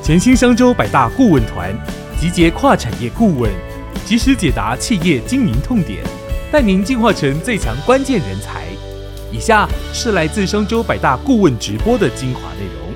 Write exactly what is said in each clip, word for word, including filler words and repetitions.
全新商周百大顾问团，集结跨产业顾问，及时解答企业经营痛点，带您进化成最强关键人才。以下是来自商周百大顾问直播的精华内容。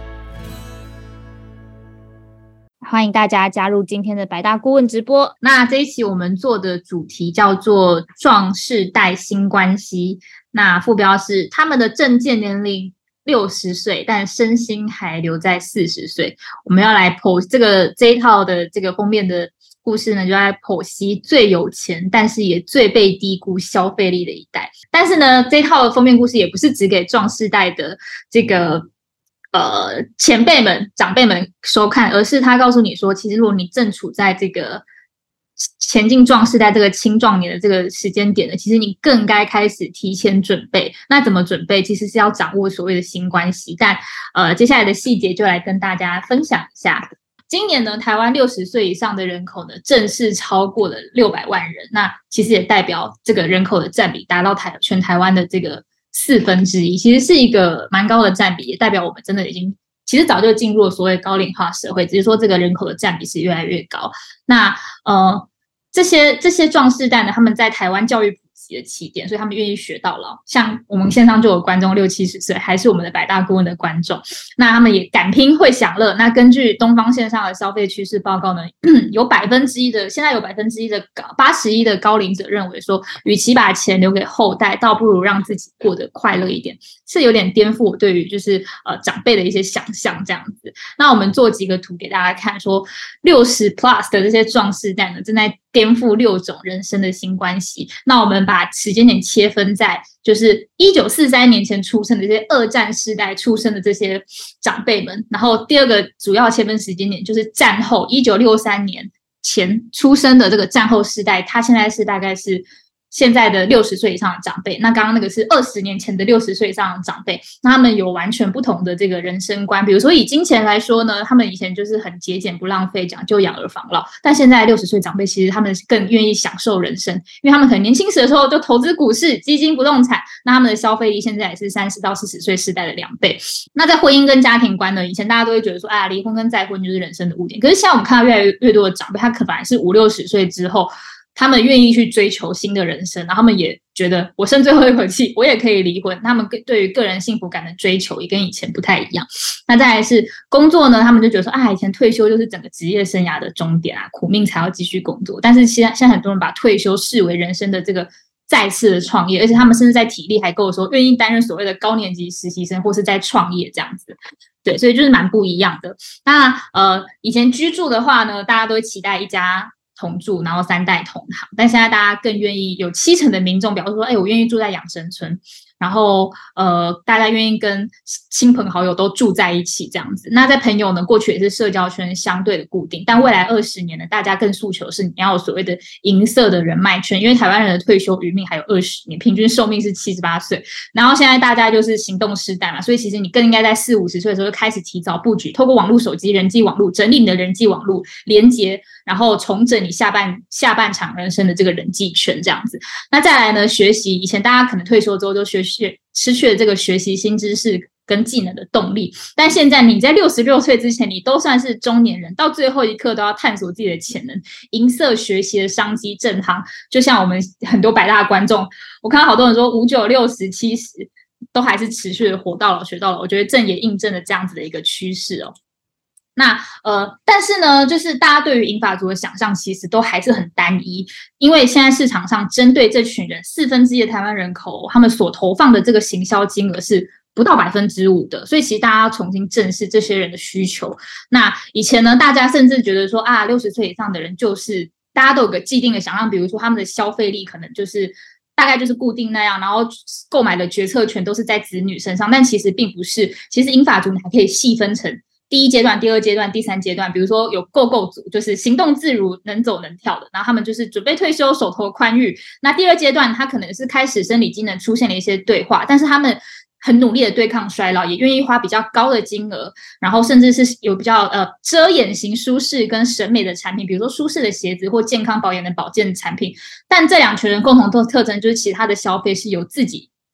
欢迎大家加入今天的百大顾问直播。那这一期我们做的主题叫做壮世代新关系，那副标是他们的政见年龄六十岁，但身心还留在四十岁。我们要来剖这个这一套的这个封面的故事呢，就在剖析最有钱但是也最被低估消费力的一代。但是呢，这一套的封面故事也不是只给壮世代的这个呃前辈们长辈们收看，而是他告诉你说，其实如果你正处在这个前进壮世代这个青壮年的这个时间点呢，其实你更该开始提前准备。那怎么准备？其实是要掌握所谓的新关系。但呃，接下来的细节就来跟大家分享一下。今年呢，台湾六十岁以上的人口呢，正式超过了六百万人。那其实也代表这个人口的占比达到台全台湾的这个四分之一，其实是一个蛮高的占比，也代表我们真的已经其实早就进入了所谓高龄化社会，只是说这个人口的占比是越来越高。那呃，这些这些壮世代呢，他们在台湾教育普及的起点，所以他们愿意学到老。像我们线上就有观众六七十岁，还是我们的百大顾问的观众，那他们也敢拼会享乐。那根据东方线上的消费趋势报告呢，有百分之一的现在有百分之一的八十一的高龄者认为说，与其把钱留给后代，倒不如让自己过得快乐一点，是有点颠覆我对于就是呃长辈的一些想象这样子。那我们做几个图给大家看，说六十 plus 的这些壮世代呢，正在颠覆六种人生的新关系。那我们把时间点切分在就是一九四三年前出生的这些二战世代出生的这些长辈们，然后第二个主要切分时间点就是战后一九六三年前出生的这个战后世代，他现在是大概是现在的六十岁以上的长辈。那刚刚那个是二十年前的六十岁以上的长辈，那他们有完全不同的这个人生观。比如说以金钱来说呢，他们以前就是很节俭不浪费，讲究养儿防老，但现在六十岁长辈其实他们更愿意享受人生，因为他们可能年轻时的时候就投资股市、基金、不动产，那他们的消费力现在也是三十到四十岁世代的两倍。那在婚姻跟家庭观呢，以前大家都会觉得说，啊，离婚跟再婚就是人生的污点，可是现在我们看到越来越多的长辈，他可能是五六十岁之后，他们愿意去追求新的人生，然后他们也觉得我剩最后一口气，我也可以离婚。他们对于个人幸福感的追求也跟以前不太一样。那再来是工作呢，他们就觉得说，啊，以前退休就是整个职业生涯的终点啊，苦命才要继续工作。但是现在现在很多人把退休视为人生的这个再次的创业，而且他们甚至在体力还够的时候，愿意担任所谓的高年级实习生，或是在创业这样子。对，所以就是蛮不一样的。那呃，以前居住的话呢，大家都会期待一家同住，然后三代同堂，但现在大家更愿意，有七成的民众表示说，哎，我愿意住在养生村，然后呃，大家愿意跟亲朋好友都住在一起这样子。那在朋友呢，过去也是社交圈相对的固定，但未来二十年呢，大家更诉求是你要有所谓的银色的人脉圈，因为台湾人的退休余命还有二十年，平均寿命是七十八岁，然后现在大家就是行动世代嘛，所以其实你更应该在四五十岁的时候就开始提早布局，透过网络、手机、人际网络整理你的人际网络连接，然后重整你下半下半场人生的这个人际圈这样子。那再来呢，学习，以前大家可能退休之后就学习失去了这个学习新知识跟技能的动力，但现在你在六十六岁之前，你都算是中年人，到最后一刻都要探索自己的潜能，银色学习的商机正夯。就像我们很多百大观众，我看到好多人说五九六十七十都还是持续的活到老学到老，我觉得正也印证了这样子的一个趋势哦。那呃，但是呢，就是大家对于银发族的想象其实都还是很单一，因为现在市场上针对这群人四分之一的台湾人口，他们所投放的这个行销金额是不到百分之五的，所以其实大家要重新正视这些人的需求。那以前呢，大家甚至觉得说啊，六十岁以上的人就是大家都有个既定的想象，比如说他们的消费力可能就是大概就是固定那样，然后购买的决策权都是在子女身上，但其实并不是。其实银发族你还可以细分成第一阶段、第二阶段、第三阶段，比如说有够够族，就是行动自如、能走能跳的，然后他们就是准备退休、手头宽裕。那第二阶段，他可能是开始生理机能出现了一些退化，但是他们很努力的对抗衰老，也愿意花比较高的金额，然后甚至是有比较呃遮掩型舒适跟审美的产品，比如说舒适的鞋子或健康保养的保健产品。但这两群人共同的特征就是，其他的消费是由自己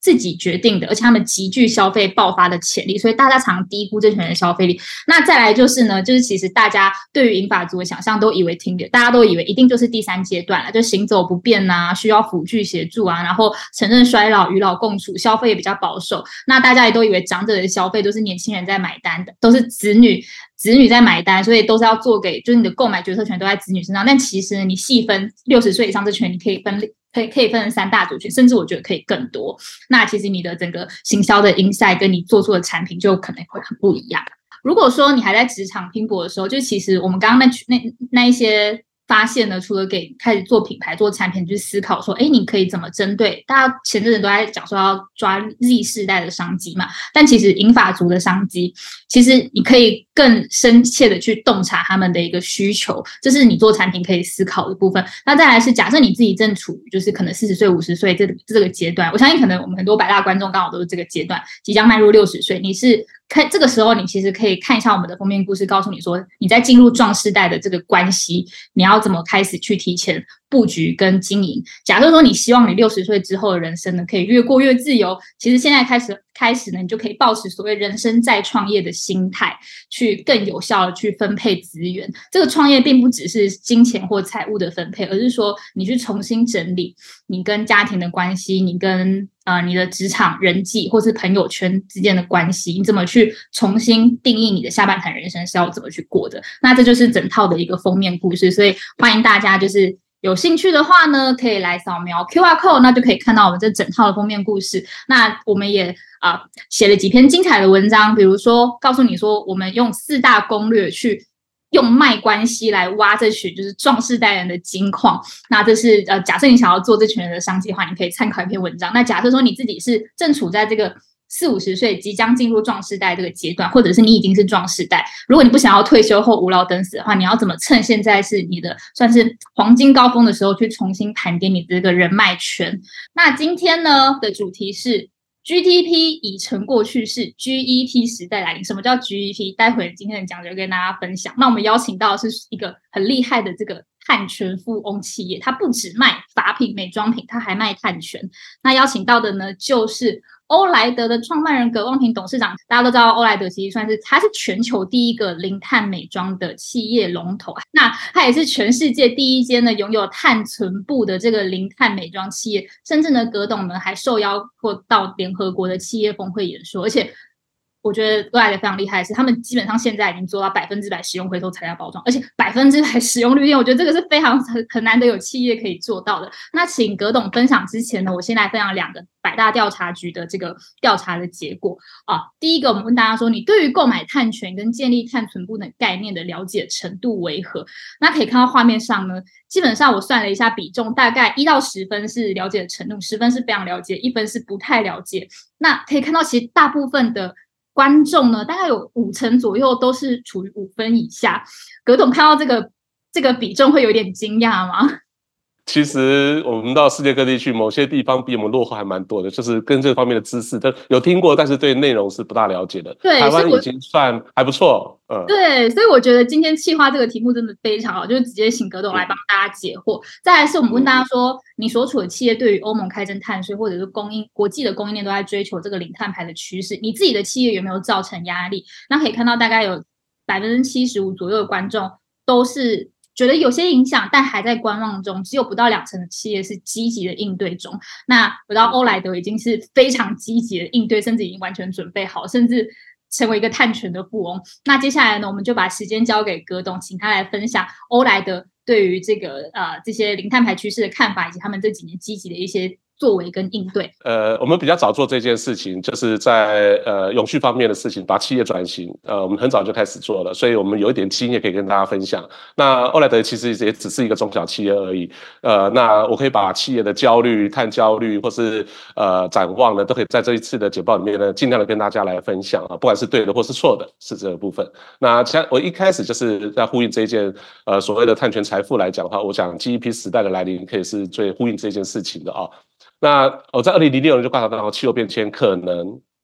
自己决定的，而且他们极具消费爆发的潜力，所以大家常低估这群人的消费力。那再来就是呢，就是其实大家对于银发族的想象都以为听的，大家都以为一定就是第三阶段了，就行走不便啊，需要辅具协助啊，然后承认衰老、与老共处，消费也比较保守。那大家也都以为长者的消费都是年轻人在买单的，都是子女子女在买单，所以都是要做给，就是你的购买决策权都在子女身上。但其实你细分六十岁以上这群，你可以分可以可以分成三大族群，甚至我觉得可以更多。那其实你的整个行销的 insight 跟你做出的产品就可能会很不一样。如果说你还在职场拼搏的时候，就其实我们刚刚那那那一些发现呢，除了给开始做品牌做产品去思考说，哎，你可以怎么针对大家前阵子都在讲说要抓 Z 世代的商机嘛，但其实银发族的商机，其实你可以更深切的去洞察他们的一个需求，这是你做产品可以思考的部分。那再来是假设你自己正处于就是可能四十岁五十岁这个这个阶段，我相信可能我们很多百大观众刚好都是这个阶段，即将迈入六十岁，你是看这个时候你其实可以看一下我们的封面故事，告诉你说你在进入壮世代的这个关系，你要怎么开始去提前布局跟经营。假设说你希望你六十岁之后的人生呢可以越过越自由，其实现在开始开始呢，你就可以抱持所谓人生再创业的心态，去更有效的去分配资源。这个创业并不只是金钱或财务的分配，而是说你去重新整理你跟家庭的关系，你跟呃你的职场人际或是朋友圈之间的关系，你怎么去重新定义你的下半场人生是要怎么去过的。那这就是整套的一个封面故事，所以欢迎大家就是有兴趣的话呢，可以来扫描 Q R code， 那就可以看到我们这整套的封面故事。那我们也啊、呃、写了几篇精彩的文章，比如说告诉你说我们用四大攻略去用卖关系来挖这群就是壮世代人的金矿。那这是呃假设你想要做这群人的商机的话，你可以参考一篇文章。那假设说你自己是正处在这个四五十岁即将进入壮世代这个阶段，或者是你已经是壮世代，如果你不想要退休后无劳等死的话，你要怎么趁现在是你的算是黄金高峰的时候去重新盘点你的这个人脉圈。那今天呢的主题是 G D P 已成过去式， G E P 时代来临。什么叫 G E P？ 待会今天的讲者跟大家分享。那我们邀请到的是一个很厉害的这个碳权富翁企业，它不只卖法品美妆品，它还卖碳权。那邀请到的呢就是欧莱德的创办人葛望平董事长。大家都知道欧莱德其实算是它是全球第一个零碳美妆的企业龙头，那它也是全世界第一间呢拥有碳存布的这个零碳美妆企业，甚至呢葛董呢还受邀过到联合国的企业峰会演说。而且我觉得欧莱德非常厉害的是，他们基本上现在已经做到百分之百使用回收材料包装，而且百分之百使用率，我觉得这个是非常很很难得有企业可以做到的。那请葛董分享之前呢，我先来分享两个百大调查局的这个调查的结果啊。第一个，我们问大家说，你对于购买碳权跟建立碳存布的概念的了解程度为何？那可以看到画面上呢，基本上我算了一下比重，大概一到十分是了解的程度，十分是非常了解，一分是不太了解。那可以看到，其实大部分的观众呢，大概有五成左右都是处于五分以下。葛董看到这个这个比重会有点惊讶吗？ 其实我们到世界各地去，某些地方比我们落后还蛮多的，就是跟这方面的知识都有听过，但是对内容是不大了解的。 对， 台湾已经算还不错。嗯， 对，所以我觉得今天企划这个题目真的非常好，就是直接请葛董来帮大家解惑。嗯、再来是我们问大家说，嗯、你所处的企业对于欧盟开征碳税，或者是供应国际的供应链都在追求这个零碳排的趋势，你自己的企业有没有造成压力？那可以看到大概有百分之七十五左右的观众都是觉得有些影响，但还在观望中，只有不到两成的企业是积极的应对中。那我到欧莱德已经是非常积极的应对，甚至已经完全准备好，甚至成为一个碳权的富翁。那接下来呢，我们就把时间交给葛董，请他来分享欧莱德对于这个呃这些零碳排趋势的看法，以及他们这几年积极的一些作为跟应对。 呃，我们比较早做这件事情，就是在呃永续方面的事情，把企业转型，呃，我们很早就开始做了，所以我们有一点经验可以跟大家分享。那欧莱德其实也只是一个中小企业而已，呃，那我可以把企业的焦虑、碳焦虑或是呃展望呢，都可以在这一次的简报里面呢，尽量的跟大家来分享啊，不管是对的或是错的，是这个部分。那像我一开始就是在呼应这一件呃所谓的碳权财富来讲的话，我想 G E P 时代的来临可以是最呼应这件事情的啊。那我在二零零六年就观察到气候变迁可能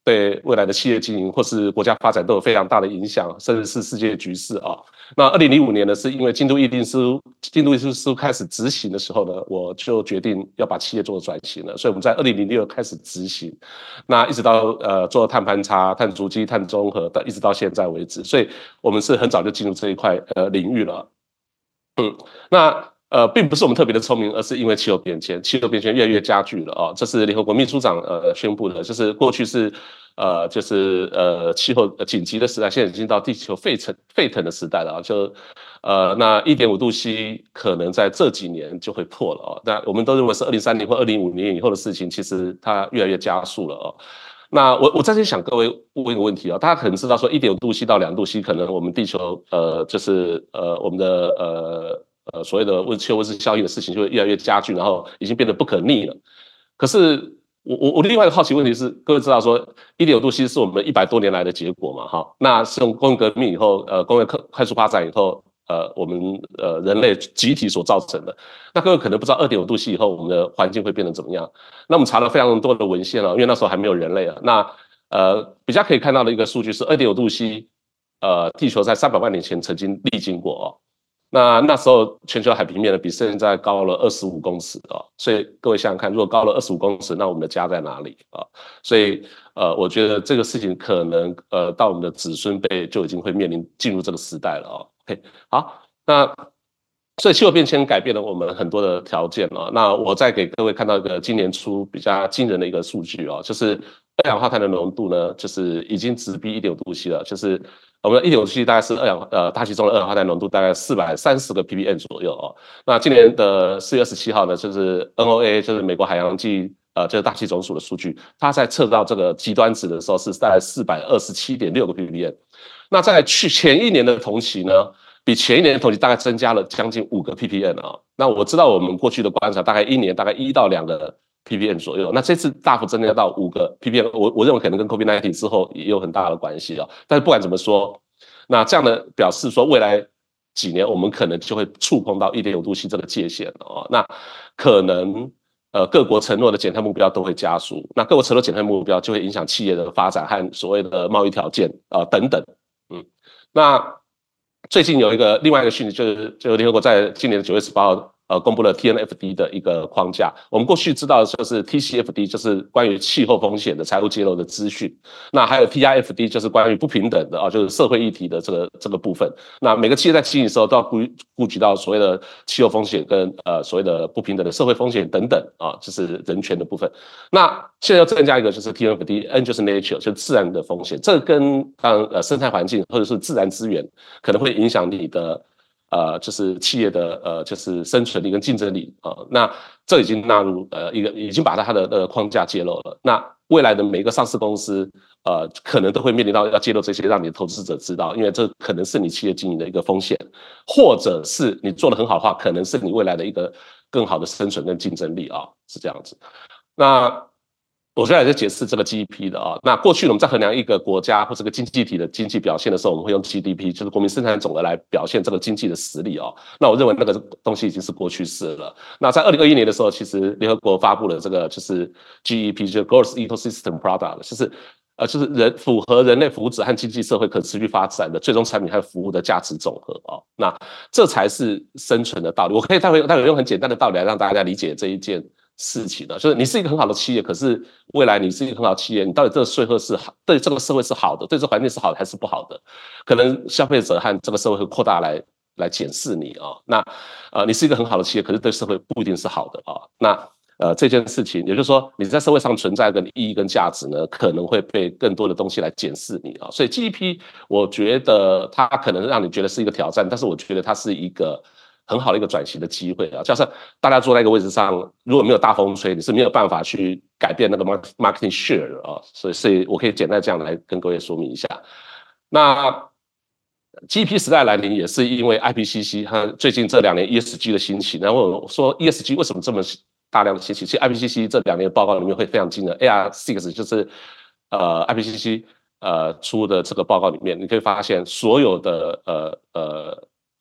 对未来的企业经营或是国家发展都有非常大的影响，甚至是世界局势啊。那二零零五年呢，是因为京都议定书京都议定书开始执行的时候呢，我就决定要把企业做转型了，所以我们在二零零六开始执行，那一直到呃做碳盘查、碳足迹、碳中和的，一直到现在为止，所以我们是很早就进入这一块呃领域了。嗯，那。呃，并不是我们特别的聪明，而是因为气候变迁，气候变迁越来越加剧了哦。这是联合国秘书长呃宣布的，就是过去是呃就是呃气候紧急的时代，现在已经到地球沸腾沸腾的时代了啊。就呃那 一点五 度 C 可能在这几年就会破了哦。那我们都认为是二零三零或二零五零年以后的事情，其实它越来越加速了哦。那我我在这里想各位问一个问题啊、哦，大家可能知道说 一点五 度 C 到两度 C 可能我们地球呃就是呃我们的呃。呃，所谓的温气候温室效应的事情就会越来越加剧，然后已经变得不可逆了。可是我我我另外一个好奇问题是，各位知道说 一点五 度 C 是我们一百多年来的结果嘛？哈，那是用工业革命以后，呃，工业快速发展以后，呃，我们呃人类集体所造成的。那各位可能不知道 二点五 度 C 以后我们的环境会变得怎么样？那我们查了非常多的文献了，因为那时候还没有人类啊。那呃比较可以看到的一个数据是 二点五 度 C， 呃，地球在三百万年前曾经历经过哦。那那时候全球海平面呢比现在高了二十五公尺啊、哦，所以各位想想看，如果高了二十五公尺，那我们的家在哪里啊、哦？所以呃，我觉得这个事情可能呃到我们的子孙辈就已经会面临进入这个时代了哦。OK， 好，那所以气候变迁改变了我们很多的条件哦。那我再给各位看到一个今年初比较惊人的一个数据哦，就是二氧化碳的浓度呢，就是已经直逼 一点五 度 C 了，就是。我们的 一点五 C 大概是二氧呃大气中的二氧化碳浓度大概四百三十个 ppm 左右哦。那今年的四月二十七号呢，就是 N O A 就是美国海洋暨呃就是大气总署的数据，它在测到这个极端值的时候是大概四百二十七点六个 ppm。那在去前一年的同期呢，比前一年的同期大概增加了将近五个 ppm 啊、哦。那我知道我们过去的观察大概一年大概一到两个。ppm 左右，那这次大幅增加到五个 ppm， 我我认为可能跟 COVID 十九 之后也有很大的关系啊、哦。但是不管怎么说，那这样的表示说，未来几年我们可能就会触碰到 一点五 度 C 这个界限哦。那可能呃各国承诺的减碳目标都会加速，那各国承诺减碳目标就会影响企业的发展和所谓的贸易条件啊、呃、等等。嗯，那最近有一个另外一个讯息，就是就联合国在今年的九月十八号。呃，公布了 T N F D 的一个框架。我们过去知道的就是 T C F D， 就是关于气候风险的财务揭露的资讯。那还有 T I F D， 就是关于不平等的啊，就是社会议题的这个这个部分。那每个企业在经营的时候都要顾顾及到所谓的气候风险跟呃所谓的不平等的社会风险等等啊，就是人权的部分。那现在要增加一个就是 T N F D，N 就是 nature， 就是自然的风险。这跟当然呃生态环境或者是自然资源可能会影响你的。呃，就是企业的呃，就是生存力跟竞争力啊、呃，那这已经纳入呃一个，已经把它的呃框架揭露了。那未来的每一个上市公司，呃，可能都会面临到要揭露这些，让你的投资者知道，因为这可能是你企业经营的一个风险，或者是你做得很好的话，可能是你未来的一个更好的生存跟竞争力啊、哦，是这样子。那我现在在解释这个 G D P 的啊、哦，那过去我们在衡量一个国家或这个经济体的经济表现的时候，我们会用 G D P， 就是国民生产总额来表现这个经济的实力哦。那我认为那个东西已经是过去式了。那在二零二一年的时候，其实联合国发布了这个就是 G E P， 就是 Gross Ecosystem Product， 就是呃就是人符合人类福祉和经济社会可持续发展的最终产品和服务的价值总和哦。那这才是生存的道理。我可以待会待会用很简单的道理来让大家理解这一件。事情呢，就是你是一个很好的企业，可是未来你是一个很好的企业，你到底这个税后是好，对这个社会是好的，对这个环境是好的还是不好的？可能消费者和这个社会会扩大来来检视你啊、哦。那呃，你是一个很好的企业，可是对社会不一定是好的啊、哦。那呃这件事情，也就是说你在社会上存在的意义跟价值呢，可能会被更多的东西来检视你啊、哦。所以 G D P， 我觉得它可能让你觉得是一个挑战，但是我觉得它是一个。很好的一个转型的机会啊，加上大家坐在一个位置上，如果没有大风吹，你是没有办法去改变那个 marketing share 啊，所以，所以我可以简单这样来跟各位说明一下。那 G D P 时代来临，也是因为 I P C C 它最近这两年 E S G 的兴起。然后我说 E S G 为什么这么大量的兴起？其实 I P C C 这两年的报告里面会非常惊人 ，A R 六 就是呃 I P C C 呃出的这个报告里面，你可以发现所有的呃呃。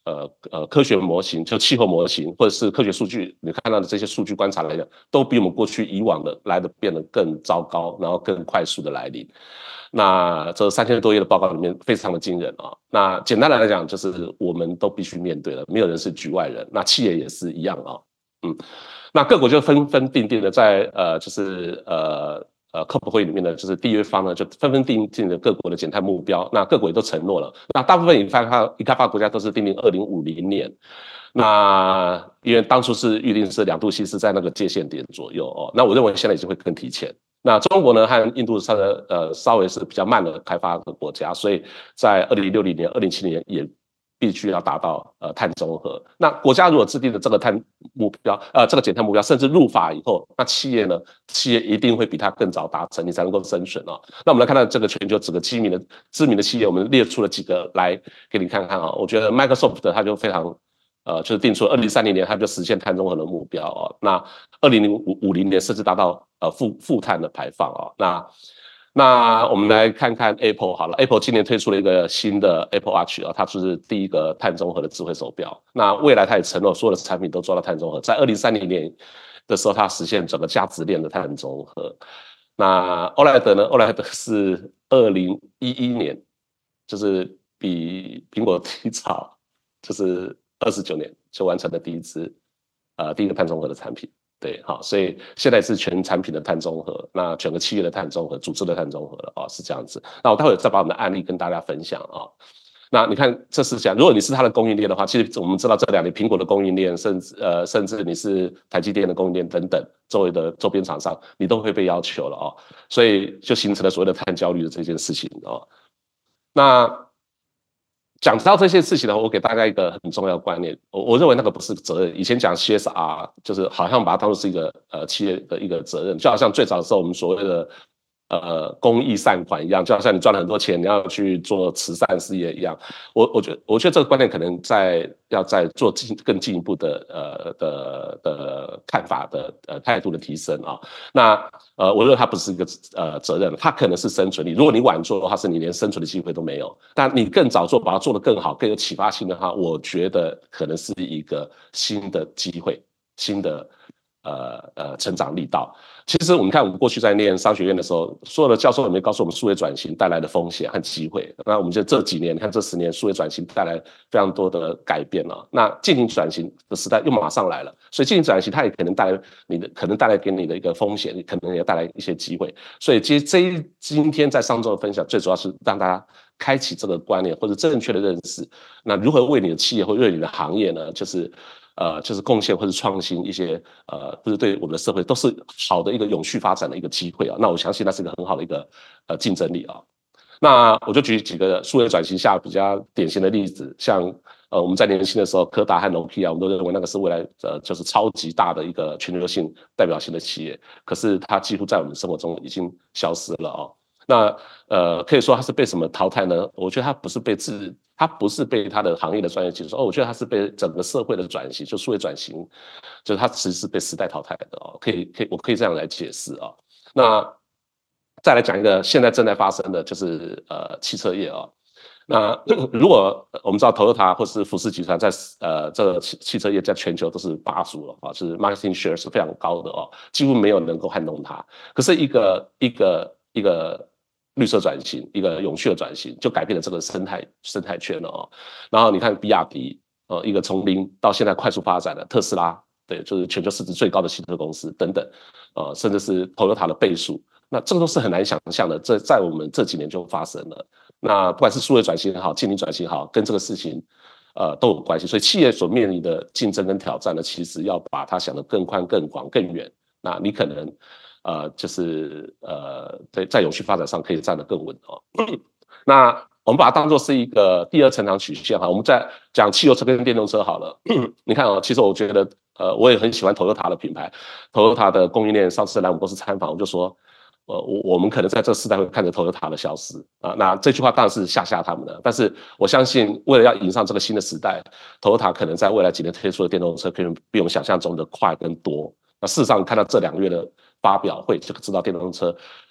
呃呃科学模型，就气候模型或者是科学数据，你看到的这些数据观察来讲，都比我们过去以往的来的变得更糟糕，然后更快速的来临。那这三千多页的报告里面非常的惊人啊。那简单的来讲，就是我们都必须面对了，没有人是局外人。那企业也是一样啊，嗯，那各国就纷纷定定的在呃就是呃。呃，科普会里面呢，就是缔约方呢，就纷纷定定了各国的减碳目标。那各国也都承诺了。那大部分已开发已开发国家都是定定二零五零年。那因为当初是预定是两度 C 是在那个界限点左右哦。那我认为现在已经会更提前。那中国呢和印度上的呃稍微是比较慢的开发的国家，所以在二零六零年、二零七零年也必须要达到呃碳中和。那国家如果制定的这个碳目标，呃这个减碳目标，甚至入法以后，那企业呢，企业一定会比它更早达成，你才能够生存哦。那我们来看到这个全球几个知名的知名的企业，我们列出了几个来给你看看啊、哦。我觉得 Microsoft 它就非常呃，就是定出二零三零年它就实现碳中和的目标哦。那二零五零年甚至达到呃负负碳的排放哦。那那我们来看看 Apple 好了 ，Apple 今年推出了一个新的 Apple Watch 啊，它就是第一个碳中和的智慧手表。那未来它也承诺所有的产品都做到碳中和，在二零三零年的时候，它实现整个价值链的碳中和。那欧莱德呢？欧莱德是二零一一年，就是比苹果提早，就是二十九年就完成了第一支呃第一个碳中和的产品。对，好，所以现在是全产品的碳中和，那整个企业的碳中和，组织的碳中和了哦，是这样子。那我待会再把我们的案例跟大家分享啊、哦。那你看，这是讲，如果你是它的供应链的话，其实我们知道这两年苹果的供应链，甚至呃，甚至你是台积电的供应链等等，周围的周边厂商，你都会被要求了哦，所以就形成了所谓的碳焦虑的这件事情哦。那讲到这些事情呢，我给大家一个很重要的观念，我我认为那个不是责任。以前讲 C S R 就是好像把它当作是一个呃企业的一个责任，就好像最早的时候我们所谓的呃公益善款一样，就好像你赚了很多钱，你要去做慈善事业一样。我我觉得我觉得这个观念可能在要在做进更进一步的呃的的看法的呃态度的提升啊。那呃我认为它不是一个呃责任，它可能是生存力。如果你晚做的话，是你连生存的机会都没有。但你更早做，把它做得更好，更有启发性的话，我觉得可能是一个新的机会，新的。呃呃，成长力道。其实我们看，我们过去在念商学院的时候，所有的教授有没有告诉我们数位转型带来的风险和机会？那我们就这几年，你看这十年，数位转型带来非常多的改变了。那进行转型的时代又马上来了，所以进行转型它也可能带来你的，可能带来给你的一个风险，可能也带来一些机会。所以其实这一今天在上周的分享，最主要是让大家开启这个观念或者正确的认识。那如何为你的企业或为你的行业呢？就是。呃，就是贡献或是创新一些呃，或者对我们的社会都是好的一个永续发展的一个机会啊。那我相信那是一个很好的一个呃竞争力啊。那我就举几个数位转型下比较典型的例子，像呃我们在年轻的时候，柯达和 Nokia 我们都认为那个是未来呃就是超级大的一个全球性代表性的企业，可是它几乎在我们生活中已经消失了哦。那呃，可以说它是被什么淘汰呢？我觉得它不是被自，它不是被它的行业的专业技术，哦，我觉得它是被整个社会的转型，就数位转型，就是它其实是被时代淘汰的哦。可以，可以，我可以这样来解释啊、哦。那再来讲一个现在正在发生的，就是呃汽车业啊、哦。那如果我们知道 Toyota 或是福斯集团在呃这个汽汽车业在全球都是霸主了啊，就是 marketing share 是非常高的哦，几乎没有能够撼动它。可是一个一个一个绿色转型，一个永续的转型，就改变了这个生态生态圈了哦。然后你看比亚迪，呃，一个从零到现在快速发展的特斯拉，对，就是全球市值最高的汽车公司等等，呃，甚至是 Toyota 的倍数，那这个都是很难想象的，这在我们这几年就发生了。那不管是数位转型也好，净零转型也好，跟这个事情呃都有关系。所以企业所面临的竞争跟挑战呢，其实要把它想得更宽、更广、更远。那你可能。呃，就是呃，在在永续发展上可以站得更稳哦。那我们把它当作是一个第二成长曲线哈。我们在讲汽油车跟电动车好了，你看哦，其实我觉得，呃，我也很喜欢 Toyota 的品牌 ，Toyota 的供应链上次来我们公司参访，我就说，呃，我我们可能在这个时代会看着 Toyota 的消失啊。那这句话当然是吓吓他们的，但是我相信，为了要迎上这个新的时代 ，Toyota 可能在未来几年推出的电动车，可能比我们想象中的快跟多。那事实上，看到这两个月的发表会就知道电动车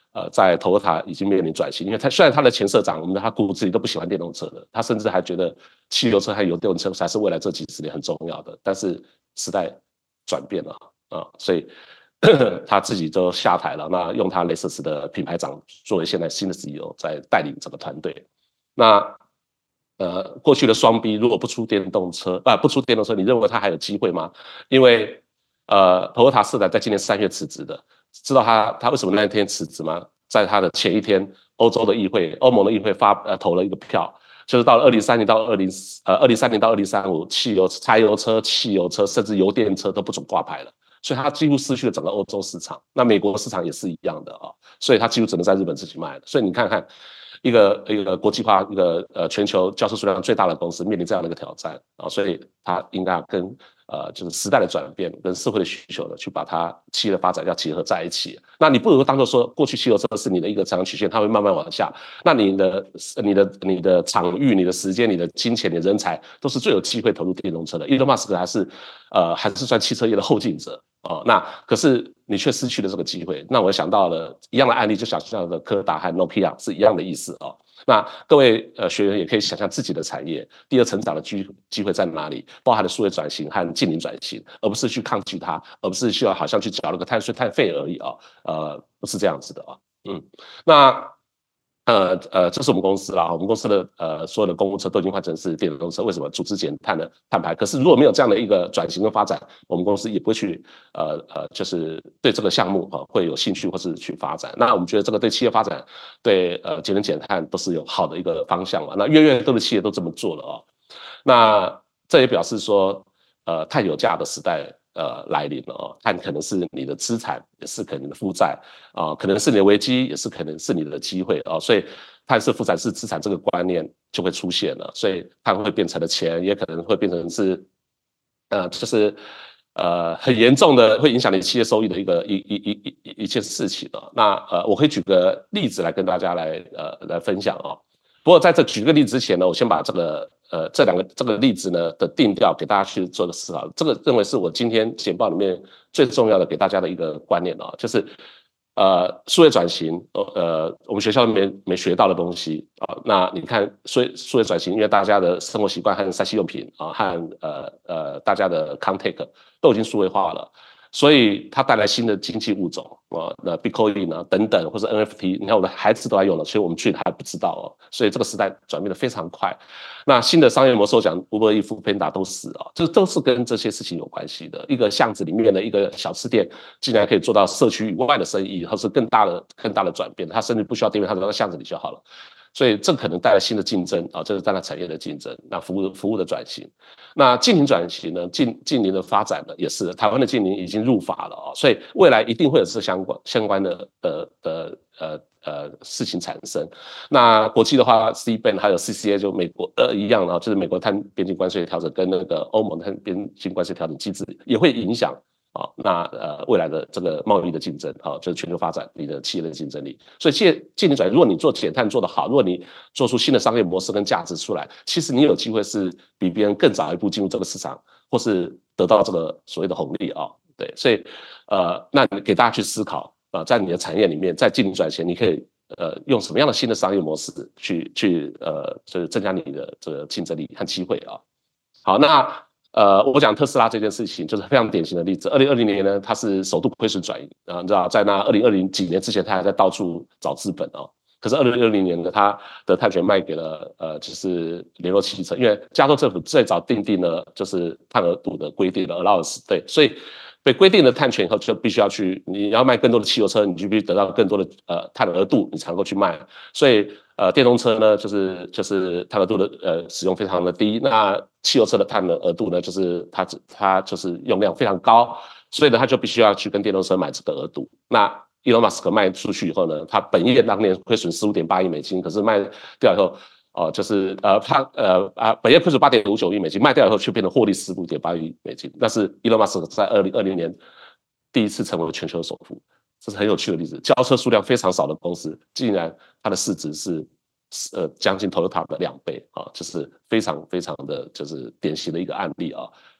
呃，在 Toyota 已经面临转型，因为他虽然他的前社长，我们他骨子里都不喜欢电动车的，他甚至还觉得汽油车还有电动车才是未来这几十年很重要的。但是时代转变了啊，所以他自己就下台了。那用他雷克萨斯的品牌长作为现在新的 C E O 在带领整个团队。那呃，过去的双 B 如果不出电动车，啊、呃，不出电动车，你认为他还有机会吗？因为呃 ，Toyota 社长在今年三月辞职的。知道他他为什么那一天辞职吗？在他的前一天，欧洲的议会、欧盟的议会发呃投了一个票，就是到了二零三零到二零呃二零三零到二零三五，汽油、柴油车、汽油车甚至油电车都不准挂牌了，所以他几乎失去了整个欧洲市场。那美国市场也是一样的啊、哦，所以他几乎只能在日本自己卖了。所以你看看，一个一个国际化、一个呃全球交车数量最大的公司面临这样的一个挑战啊、哦，所以他应该要跟。呃，就是时代的转变跟社会的需求呢，去把它企业的发展要结合在一起。那你不如当作说，过去汽油车是你的一个成长曲线，它会慢慢往下。那你的、你的、你的场域、你的时间、你的金钱、你的人才，都是最有机会投入电动车的。Elon Musk 还是呃还是算汽车业的后进者哦。那可是你却失去了这个机会。那我想到了一样的案例，就想象的柯达和 Nokia 是一样的意思哦。那各位呃学员也可以想象自己的产业第二成长的机机会在哪里，包含了数位转型和净零转型，而不是去抗拒它，而不是需要好像去缴了个碳税碳费而已啊、哦，呃，不是这样子的啊、哦，嗯，那呃呃，这是我们公司啦，我们公司的呃所有的公务车都已经换成是电动车，为什么？组织减碳的碳排。可是如果没有这样的一个转型跟发展，我们公司也不会去呃呃，就是对这个项目啊、呃、会有兴趣或是去发展。那我们觉得这个对企业发展、对呃节能减碳都是有好的一个方向嘛。那越越多的企业都这么做了哦，那这也表示说，呃，碳有价的时代。呃，来临了哦，碳可能是你的资产，也是可能你的负债啊、呃，可能是你的危机，也是可能是你的机会哦。所以，碳是负债是资产这个观念就会出现了，所以碳会变成了钱，也可能会变成是，呃，就是呃很严重的会影响你企业收益的一个一一一一一件事情哦。那呃，我可以举个例子来跟大家来呃来分享哦。不过在这举个例子之前呢，我先把这个。呃，这两个这个例子呢的定调给大家去做个思考，这个认为是我今天简报里面最重要的给大家的一个观念啊，就是呃数位转型，呃我们学校里面没学到的东西啊。那你看数位数位转型，因为大家的生活习惯和三 C 用品啊，和呃呃大家的 contact 都已经数位化了。所以它带来新的经济物种啊，那 Bitcoin 啊等等，或者 N F T， 你看我的孩子都在用了，所以我们去还不知道哦。所以这个时代转变得非常快。那新的商业模式，我讲 Uber Eats、Foodpanda 都是啊，这都是跟这些事情有关系的。一个巷子里面的一个小吃店，竟然可以做到社区以外的生意，或是更大的、更大的转变，它甚至不需要店面，它只要在巷子里就好了。所以这可能带来新的竞争啊，这是带来产业的竞争，那服务服务的转型，那净零转型呢，净净零的发展呢，也是台湾的净零已经入法了啊，所以未来一定会有这相关相关的的的呃呃事情产生。那国际的话 ，C B A N 还有 C C A 就美国呃一样啊，就是美国碳边境关税调整跟那个欧盟碳边境关税调整机制也会影响。啊、哦，那呃未来的这个贸易的竞争啊、哦，就是全球发展你的企业的竞争力。所以企业净零转型，如果你做减碳做得好，如果你做出新的商业模式跟价值出来，其实你有机会是比别人更早一步进入这个市场，或是得到这个所谓的红利啊、哦。对，所以呃，那给大家去思考啊、呃，在你的产业里面，在净零转型，你可以呃用什么样的新的商业模式去去呃，就是增加你的这个竞争力和机会啊。好，那。呃，我讲特斯拉这件事情就是非常典型的例子。二零二零年呢，它是首度亏损转盈啊，你知道，在那二零二零几年之前，它还在到处找资本哦。可是二零二零年呢，它的碳权卖给了呃，就是联络汽车，因为加州政府最早订定了就是碳额度的规定的 allowance， 对，所以被规定的碳权以后，就必须要去，你要卖更多的汽油车，你就必须得到更多的呃碳额度，你才能够去卖，所以。呃，电动车呢，就是就是碳额度的呃使用非常的低，那汽油车的碳的额度呢，就是它它就是用量非常高，所以呢，它就必须要去跟电动车买这个额度。那 Elon Musk 卖出去以后呢，他本业当年亏损 十五点八亿美金，可是卖掉以后，哦、呃，就是呃他呃啊本业亏损 八点五九亿美金，卖掉以后却变成获利 十五点八亿美金。但是 Elon Musk 在二零二零年第一次成为全球首富。这是很有趣的例子，交车数量非常少的公司，竟然它的市值是呃将近 Toyota 的两倍啊，就是非常非常的就是典型的一个案例啊。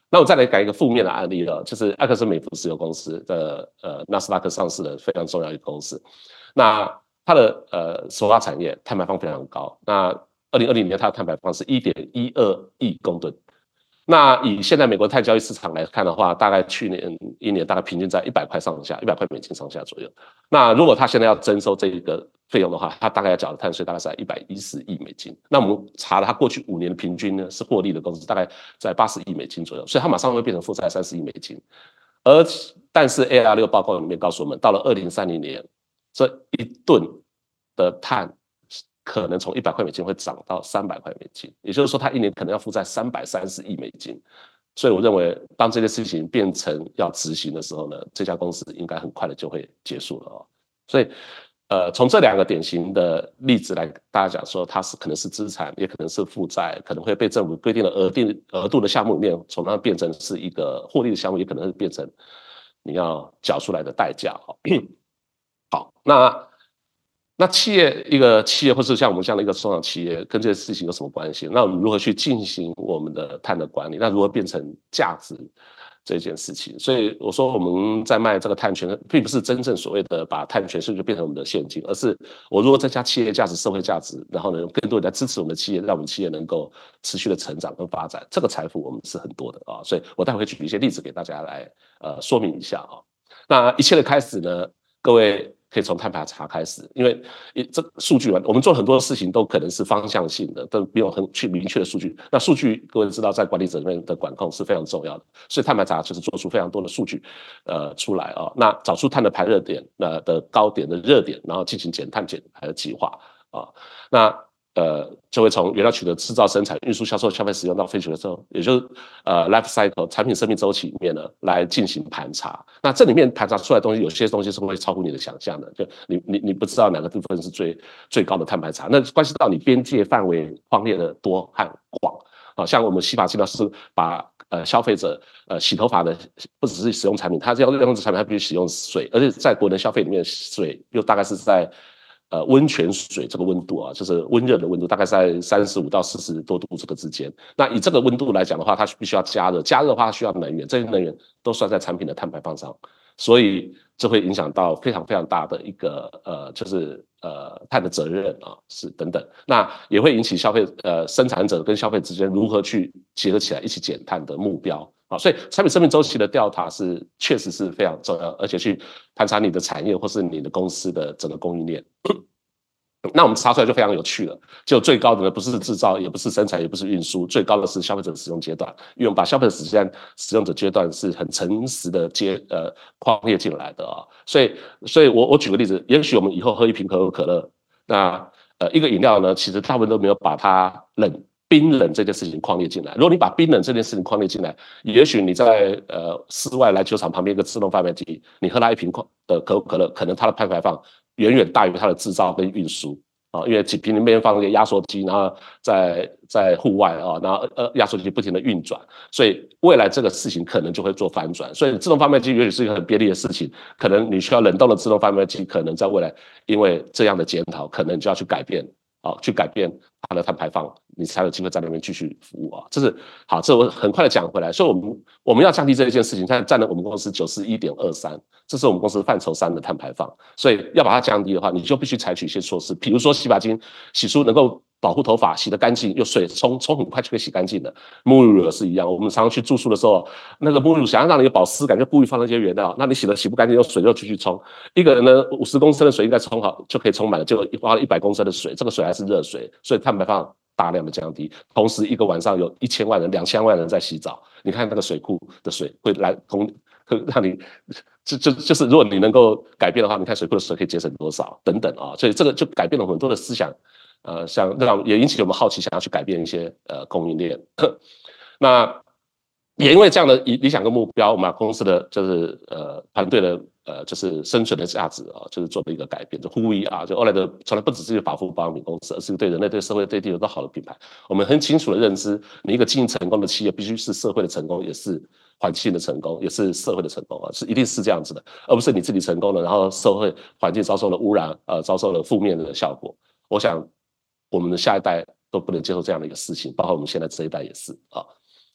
那我再来改一个负面的案例了，就是埃克森美孚石油公司的呃纳斯达克上市的非常重要一个公司。那它的呃石化产业碳排放非常高，那二零二零年它的碳排放是 一点一二亿公吨。那以现在美国碳交易市场来看的话，大概去年一年大概平均在一百块上下，一百块美金上下左右。那如果他现在要征收这个费用的话，他大概要缴的碳税大概是在一百一十亿美金。那我们查了他过去五年的平均呢，是获利的公司大概在八十亿美金左右，所以他马上会变成负债三十亿美金。而但是 A R 六 报告里面告诉我们，到了二零三零年，这一吨的碳可能从一百块美金会涨到三百块美金，也就是说，他一年可能要负债三百三十亿美金。所以我认为，当这件事情变成要执行的时候呢，这家公司应该很快的就会结束了哦。所以，呃，从这两个典型的例子来，大家讲说，它是可能是资产，也可能是负债，可能会被政府规定的额定额度的项目里面，从那变成是一个获利的项目，也可能会变成你要缴出来的代价哦。好，那。那企业一个企业或是像我们这样的一个中小企业跟这些事情有什么关系？那我们如何去进行我们的碳的管理？那如何变成价值这件事情？所以我说我们在卖这个碳权，并不是真正所谓的把碳权是就变成我们的现金，而是我如果增加企业价值、社会价值，然后呢，更多人来支持我们的企业，让我们企业能够持续的成长跟发展，这个财富我们是很多的啊。所以我待会会举一些例子给大家来呃说明一下啊。那一切的开始呢，各位。可以从碳排查开始，因为这数据我们做很多事情都可能是方向性的，都没有很去明确的数据。那数据各位知道，在管理者里面的管控是非常重要的，所以碳排查就是做出非常多的数据，呃，出来啊、哦。那找出碳的排热点，那、呃、的高点的热点，然后进行减碳减排的计划啊、哦。那呃，就会从原料取得、制造、生产、运输、销售、消费、使用到废弃的时候，也就是呃 life cycle 产品生命周期里面呢，来进行盘查。那这里面盘查出来的东西，有些东西是会超乎你的想象的，就你你你不知道哪个部分是最最高的碳排查，那关系到你边界范围框列的多和广。啊，像我们洗发精呢，是把呃消费者呃洗头发的不只是使用产品，它要用这产品，它必须使用水，而且在国人消费里面，水又大概是在。呃，温泉水这个温度啊，就是温热的温度，大概在三十五到四十多度这个之间。那以这个温度来讲的话，它必须要加热，加热的话它需要能源，这些能源都算在产品的碳排放上，所以这会影响到非常非常大的一个呃，就是呃碳的责任啊，是等等。那也会引起消费呃生产者跟消费之间如何去结合起来一起减碳的目标。啊，所以产品生命周期的调查是确实是非常重要，而且去盘查你的产业或是你的公司的整个供应链。那我们查出来就非常有趣了，就最高的呢不是制造，也不是生产，也不是运输，最高的是消费者使用阶段，因为我们把消费者时间使用者阶段是很诚实的接呃框列进来的啊、哦。所以，所以我我举个例子，也许我们以后喝一瓶可口可乐，那呃一个饮料呢，其实大部分都没有把它冷。冰冷这件事情框列进来，如果你把冰冷这件事情框列进来，也许你在呃室外篮球场旁边一个自动贩卖机，你喝了一瓶的可口可乐，可能它的碳排放远远大于它的制造跟运输啊，因为几瓶里面放一个压缩机，然后在在户外啊，然后呃压缩机不停的运转，所以未来这个事情可能就会做反转。所以自动贩卖机也许是一个很便利的事情，可能你需要冷冻的自动贩卖机，可能在未来因为这样的检讨，可能就要去改变。啊，去改变它的碳排放，你才有机会在那边继续服务啊。这是好，这我很快的讲回来。所以，我们我们要降低这一件事情，它占了我们公司九十一点二三，这是我们公司范畴三的碳排放。所以，要把它降低的话，你就必须采取一些措施，比如说洗发精洗出能够保护头发，洗得干净，用水冲冲很快就可以洗干净的。沐浴乳也是一样，我们常常去住宿的时候，那个沐浴乳想要让你有保湿感，就故意放那些原料，那你洗了洗不干净，用水就继续冲。一个人呢，五十公升的水应该冲好就可以冲满了，结果花了一百公升的水，这个水还是热水，所以碳排放大量的降低。同时，一个晚上有一千万人、两千万人在洗澡，你看那个水库的水会来供，会让你就就就是如果你能够改变的话，你看水库的水可以节省多少等等啊，所以这个就改变了很多的思想。呃，像让也引起我们好奇，想要去改变一些呃供应链。那也因为这样的理想跟目标，我们把公司的就是呃团队的呃就是生存的价值啊、哦，就是做了一个改变。就 Who we are， 就欧莱德从来不只是一个法服保养品公司，而是对人类、对社会、对地球都好的品牌。我们很清楚的认知，你一个经营成功的企业，必须是社会的成功，也是环境的成功，也是社会的成功啊，是一定是这样子的，而不是你自己成功了，然后社会环境遭受了污染，呃，遭受了负面的效果。我想。我们的下一代都不能接受这样的一个事情，包括我们现在这一代也是啊。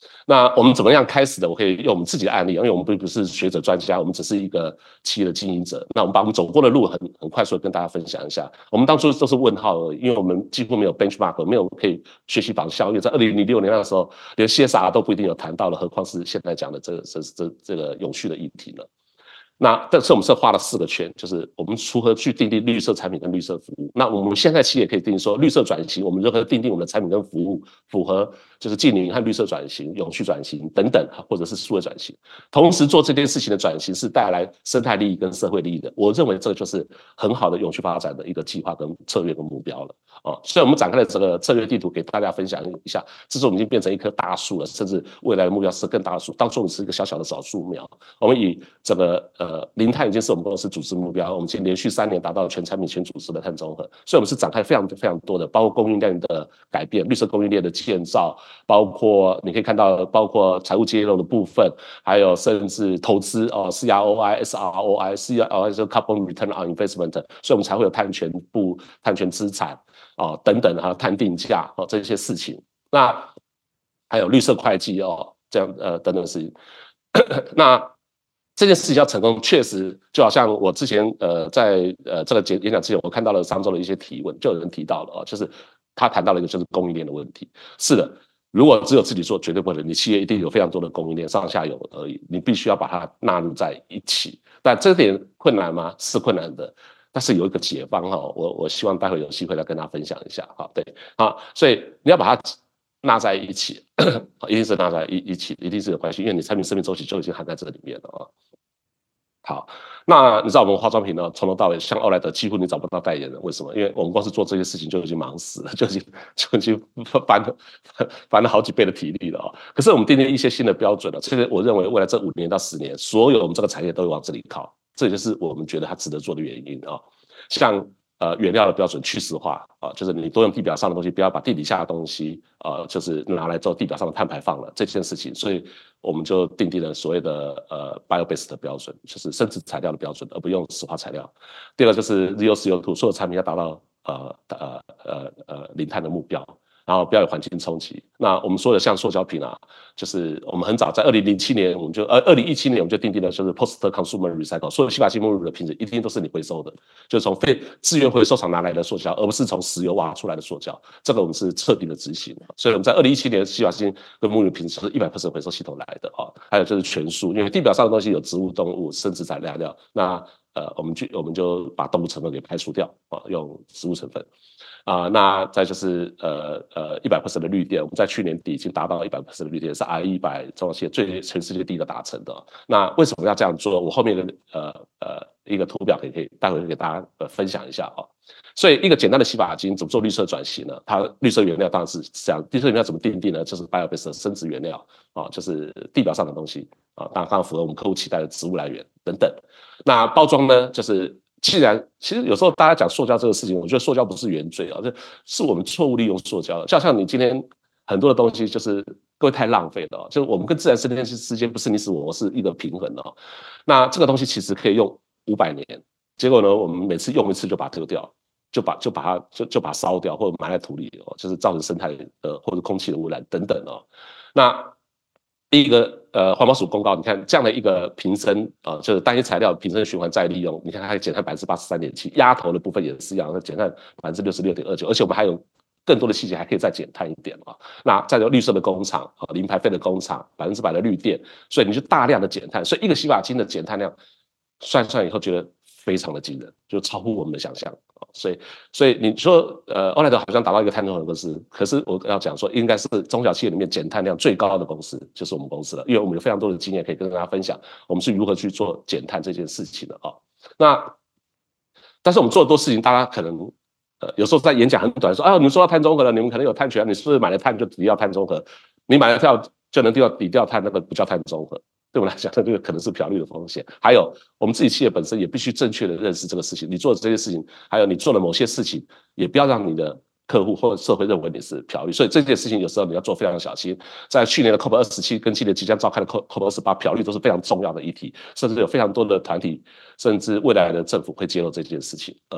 那我们怎么样开始的？我可以用我们自己的案例，因为我们并不是学者专家，我们只是一个企业的经营者。那我们把我们走过的路很很快速的跟大家分享一下。我们当初都是问号而已，因为我们几乎没有 benchmark， 没有可以学习仿效。因为在二零零六年那时候，连 C S R 都不一定有谈到了，何况是现在讲的这个这这这个永续的议题呢？那但是我们是画了四个圈，就是我们如何去定定绿色产品跟绿色服务。那我们现在企业可以定义说，绿色转型，我们如何定定我们的产品跟服务符合就是净零和绿色转型、永续转型等等，或者是数位转型。同时做这件事情的转型是带来生态利益跟社会利益的。我认为这就是很好的永续发展的一个计划跟策略跟目标了。哦，所以我们展开了这个策略地图给大家分享一下，这是我们已经变成一棵大树了，甚至未来的目标是更大的树。当初我们是一个小小的小树苗，我们以整个呃零碳已经是我们公司组织目标，我们已经连续三年达到全产品全组织的碳中和，所以我们是展开非常非常多的，包括供应链的改变、绿色供应链的建造，包括你可以看到，包括财务揭露的部分，还有甚至投资哦 ，C R O I、S R O I、C R O I 就是 Carbon Return on Investment， 所以我们才会有碳权部、碳权资产。哦，等等还有碳定价哦这些事情，那还有绿色会计哦，这样呃等等的事情。那这件事情要成功，确实就好像我之前呃在呃这个演讲之前，我看到了上周的一些提问，就有人提到了哦，就是他谈到了一个就是供应链的问题。是的，如果只有自己做，绝对不能，你企业一定有非常多的供应链，上下游而已，你必须要把它纳入在一起。但这点困难吗？是困难的。但是有一个解方哈，我我希望待会有机会来跟大家分享一下哈，对，好，所以你要把它纳在一起，一定是纳在一一起，一定是有关系，因为你产品生命周期就已经含在这里面了啊。好，那你知道我们化妆品呢，从头到尾像欧莱德几乎你找不到代言人，为什么？因为我们光是做这些事情就已经忙死了，就已经就已经翻了翻了好几倍的体力了啊。可是我们定定一些新的标准了，这个我认为未来这五年到十年，所有我们这个产业都会往这里靠。这就是我们觉得它值得做的原因啊，像呃原料的标准去石化啊，就是你多用地表上的东西，不要把地底下的东西呃就是拿来做地表上的碳排放了这件事情，所以我们就定定了所谓的呃 bio-based 的标准，就是生质材料的标准，而不用石化材料。第二个就是 zero C O 二， 所有产品要达到呃呃呃呃零碳的目标。然后不要有环境冲击。那我们说的像塑胶瓶啊，就是我们很早在二零零七年，我们就呃二零一七年我们就定定了，就是 post consumer recycle， 所有洗发精沐浴乳的瓶子一定都是你回收的，就是从非资源回收厂拿来的塑胶，而不是从石油挖出来的塑胶。这个我们是彻底的执行。所以我们在二零一七年洗发精跟沐浴瓶是 百分之百 回收系统来的啊。还有就是全素，因为地表上的东西有植物、动物、生质材料，那呃我们就我们就把动物成分给排除掉啊，用植物成分。啊、呃，那再就是呃呃一百 percent 的绿电，我们在去年底已经达到一百 percent 的绿电，是 I 一百中小企业最全世界第一个达成的。那为什么要这样做？我后面的呃呃一个图表可以可以待会给大家呃分享一下哦。所以一个简单的洗发精怎么做绿色转型呢？它绿色原料当然是这样，绿色原料怎么定定呢？就是 bio-based 的生质原料啊、哦，就是地表上的东西啊，当然当然符合我们客户期待的植物来源等等。那包装呢，就是。既然其实有时候大家讲塑胶这个事情，我觉得塑胶不是原罪啊，这是我们错误利用塑胶。就像你今天很多的东西，就是各位太浪费了、哦，就是我们跟自然生态之间不是你死我活，是一个平衡哦。那这个东西其实可以用五百年，结果呢，我们每次用一次就把它丢掉，就把就把它就就把它烧掉，或者埋在土里哦，就是造成生态呃或者空气的污染等等哦。那第一个呃环保署公告，你看这样的一个瓶身啊、呃，就是单一材料瓶身循环再利用，你看它可以减碳百分之八十三点七，压头的部分也是一样，它减碳百分之六十六点二九，而且我们还有更多的细节还可以再减碳一点啊。那再有绿色的工厂啊，零排废的工厂，百分之百的绿电，所以你就大量的减碳，所以一个洗发精的减碳量算算以后觉得非常的惊人，就超乎我们的想象。所以，所以你说，呃，欧莱德好像达到一个碳中和公司，可是我要讲说，应该是中小企业里面减碳量最高的公司，就是我们公司了，因为我们有非常多的经验可以跟大家分享，我们是如何去做减碳这件事情的啊、哦。那，但是我们做的多事情，大家可能，呃，有时候在演讲很短，说啊，你们说到碳中和了，你们可能有碳权，你是不是买了碳就抵掉碳中和？你买了票就能抵掉抵掉碳，那个不叫碳中和。对我来讲，这个可能是漂绿的风险。还有，我们自己企业本身也必须正确的认识这个事情。你做的这些事情，还有你做的某些事情，也不要让你的客户或者社会认为你是漂绿。所以这件事情有时候你要做非常小心。在去年的 C O P 二十七跟今年即将召开的 C O P 二十八，漂绿都是非常重要的议题，甚至有非常多的团体，甚至未来的政府会揭露这件事情。呃，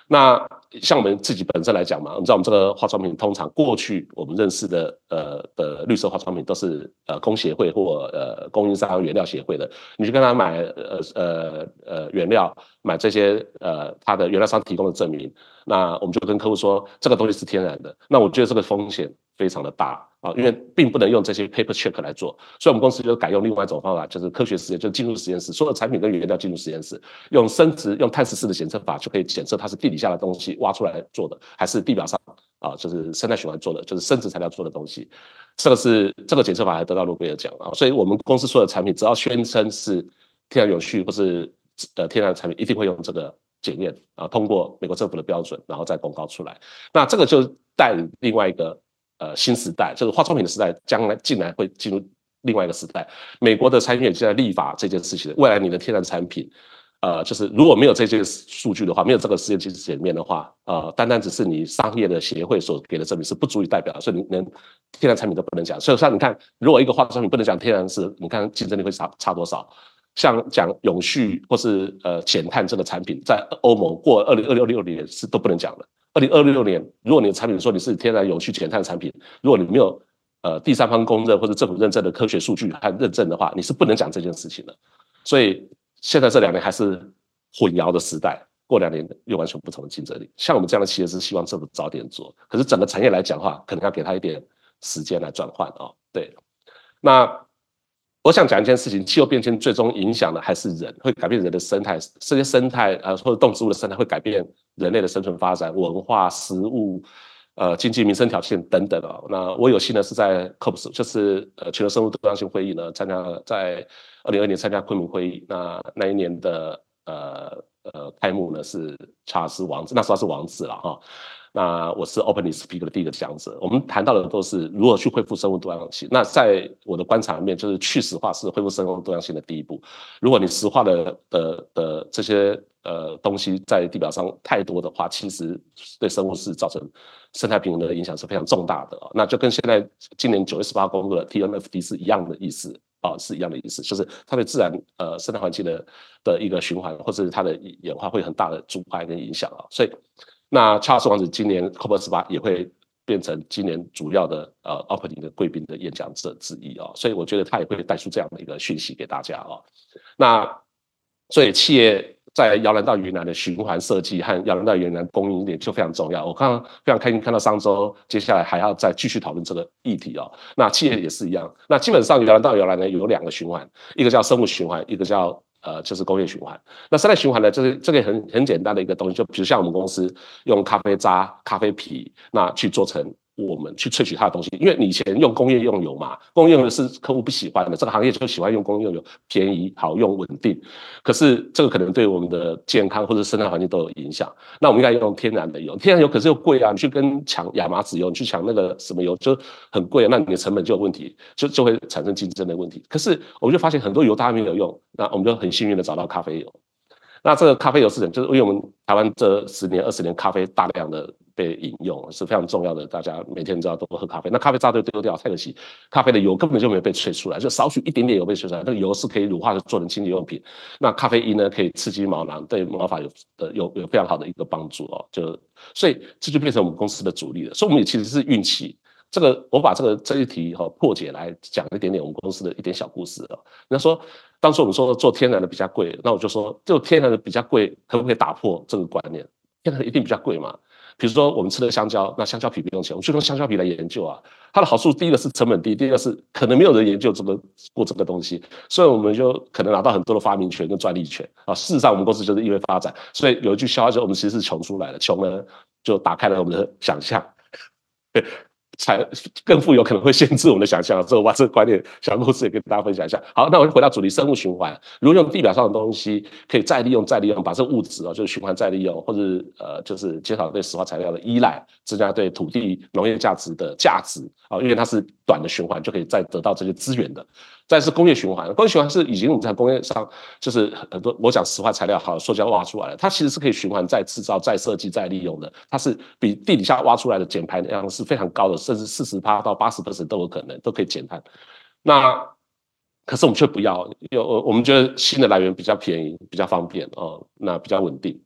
那像我们自己本身来讲嘛，我们知道我们这个化妆品通常过去我们认识的呃的绿色化妆品都是呃工协会或呃供应商原料协会的，你去跟他买呃呃呃原料，买这些呃他的原料商提供的证明，那我们就跟客户说这个东西是天然的，那我觉得这个风险非常的大啊，因为并不能用这些 paper check 来做，所以我们公司就改用另外一种方法，就是科学实验，就进入实验室，所有产品跟原料进入实验室，用生质用碳十四的检测法就可以检测它是地底下的东西挖出来做的，还是地表上啊，就是生态循环做的，就是生质材料做的东西。这个是这个检测法还得到诺贝尔奖啊，所以我们公司所有的产品只要宣称是天然永续或是呃天然产品，一定会用这个检验啊，通过美国政府的标准，然后再公告出来。那这个就带领另外一个。呃，新时代就是化妆品的时代，将来进来会进入另外一个时代。美国的产品也在立法这件事情，未来你的天然产品，呃，就是如果没有这些数据的话，没有这个实验机制里面的话，呃，单单只是你商业的协会所给的证明是不足以代表的，所以你连天然产品都不能讲。所以像你看，如果一个化妆品不能讲天然是，你看竞争力会差差多少？像讲永续或是呃减碳这个产品，在欧盟过二零二六年是都不能讲的。二零二六年，如果你的产品说你是天然永续减碳产品，如果你没有呃第三方公认或者政府认证的科学数据和认证的话，你是不能讲这件事情的。所以现在这两年还是混淆的时代，过两年又完全不同的竞争力。像我们这样的企业是希望政府早点做，可是整个产业来讲的话，可能要给他一点时间来转换哦。对，那我想讲一件事情，气候变迁最终影响的还是人，会改变人的生态，这些生态呃或者动植物的生态会改变人类的生存发展、文化、食物、呃经济民生条件等等哦。那我有幸呢是在 C O P S， 就是呃全球生物多样性会议呢参加，在二零二二年参加昆明会议，那那一年的呃呃开幕呢是查尔斯王子，那时候他是王子了哈。那我是 opening speaker 的第一个讲者，我们谈到的都是如何去恢复生物多样性。那在我的观察里面，就是去石化是恢复生物多样性的第一步。如果你石化的的的这些呃东西在地表上太多的话，其实对生物是造成生态平衡的影响是非常重大的、哦、那就跟现在今年九月十八号公布的 T N F D 是一样的意思。啊、哦，是一样的意思，就是它对自然呃生态环境的的一个循环，或者是它的演化会很大的阻碍跟影响啊、哦。所以，那查尔斯王子今年 C O P 二十八也会变成今年主要的呃 opening 的贵宾的演讲者之一啊、哦。所以我觉得他也会带出这样的一个讯息给大家啊、哦。那所以企业在摇篮到云南的循环设计和摇篮到云南供应链就非常重要。我刚刚非常开心看到商周接下来还要再继续讨论这个议题哦。那企业也是一样。那基本上摇篮到摇篮呢有两个循环，一个叫生物循环，一个叫呃就是工业循环。那生态循环呢，这个这个很很简单的一个东西，就比如像我们公司用咖啡渣、咖啡皮，那去做成。我们去萃取它的东西，因为你以前用工业用油嘛，工业用油是客户不喜欢的，这个行业就喜欢用工业用油，便宜、好用、稳定。可是这个可能对我们的健康或者生态环境都有影响。那我们应该用天然的油，天然油可是又贵啊，你去跟抢亚麻籽油，你去抢那个什么油就很贵啊，那你的成本就有问题，就就会产生竞争的问题。可是我们就发现很多油它没有用，那我们就很幸运的找到咖啡油。那这个咖啡油市场，就是因为我们台湾这十年、二十年咖啡大量的被饮用，是非常重要的。大家每天知道都喝咖啡，那咖啡渣都丢掉，太可惜。咖啡的油根本就没有被萃出来，就少许一点点油被萃出来。那个油是可以乳化做成清洁用品。那咖啡因呢，可以刺激毛囊，对毛发有呃有有非常好的一个帮助哦。就所以这就变成我们公司的主力了。所以我们也其实是运气。这个我把这个这一题哈、哦、破解来讲一点点我们公司的一点小故事哦。人家说当初我们说做天然的比较贵，那我就说就天然的比较贵，可不可以打破这个观念？天然的一定比较贵嘛？比如说我们吃的香蕉，那香蕉皮不用钱，我们就用香蕉皮来研究啊。它的好处，第一个是成本低，第二个是可能没有人研究这个过这个东西，所以我们就可能拿到很多的发明权跟专利权啊。事实上，我们公司就是因为发展，所以有一句笑话说，我们其实是穷出来的，穷呢就打开了我们的想象。才更富有可能会限制我们的想象，所以我把这个观念小故事也跟大家分享一下。好，那我回到主题，生物循环，如果用地表上的东西可以再利用、再利用，把这个物质哦，就是循环再利用，或者呃，就是减少对石化材料的依赖，增加对土地农业价值的价值啊、哦，因为它是短的循环，就可以再得到这些资源的。再是工业循环，工业循环是已经我们在工业上就是很多我讲石化材料好，塑胶挖出来了，它其实是可以循环再制造、再设计、再利用的，它是比地底下挖出来的减排量是非常高的，甚至 百分之四十 到 百分之八十 都有可能，都可以减碳。那可是我们却不要，有我们觉得新的来源比较便宜、比较方便哦，那比较稳定。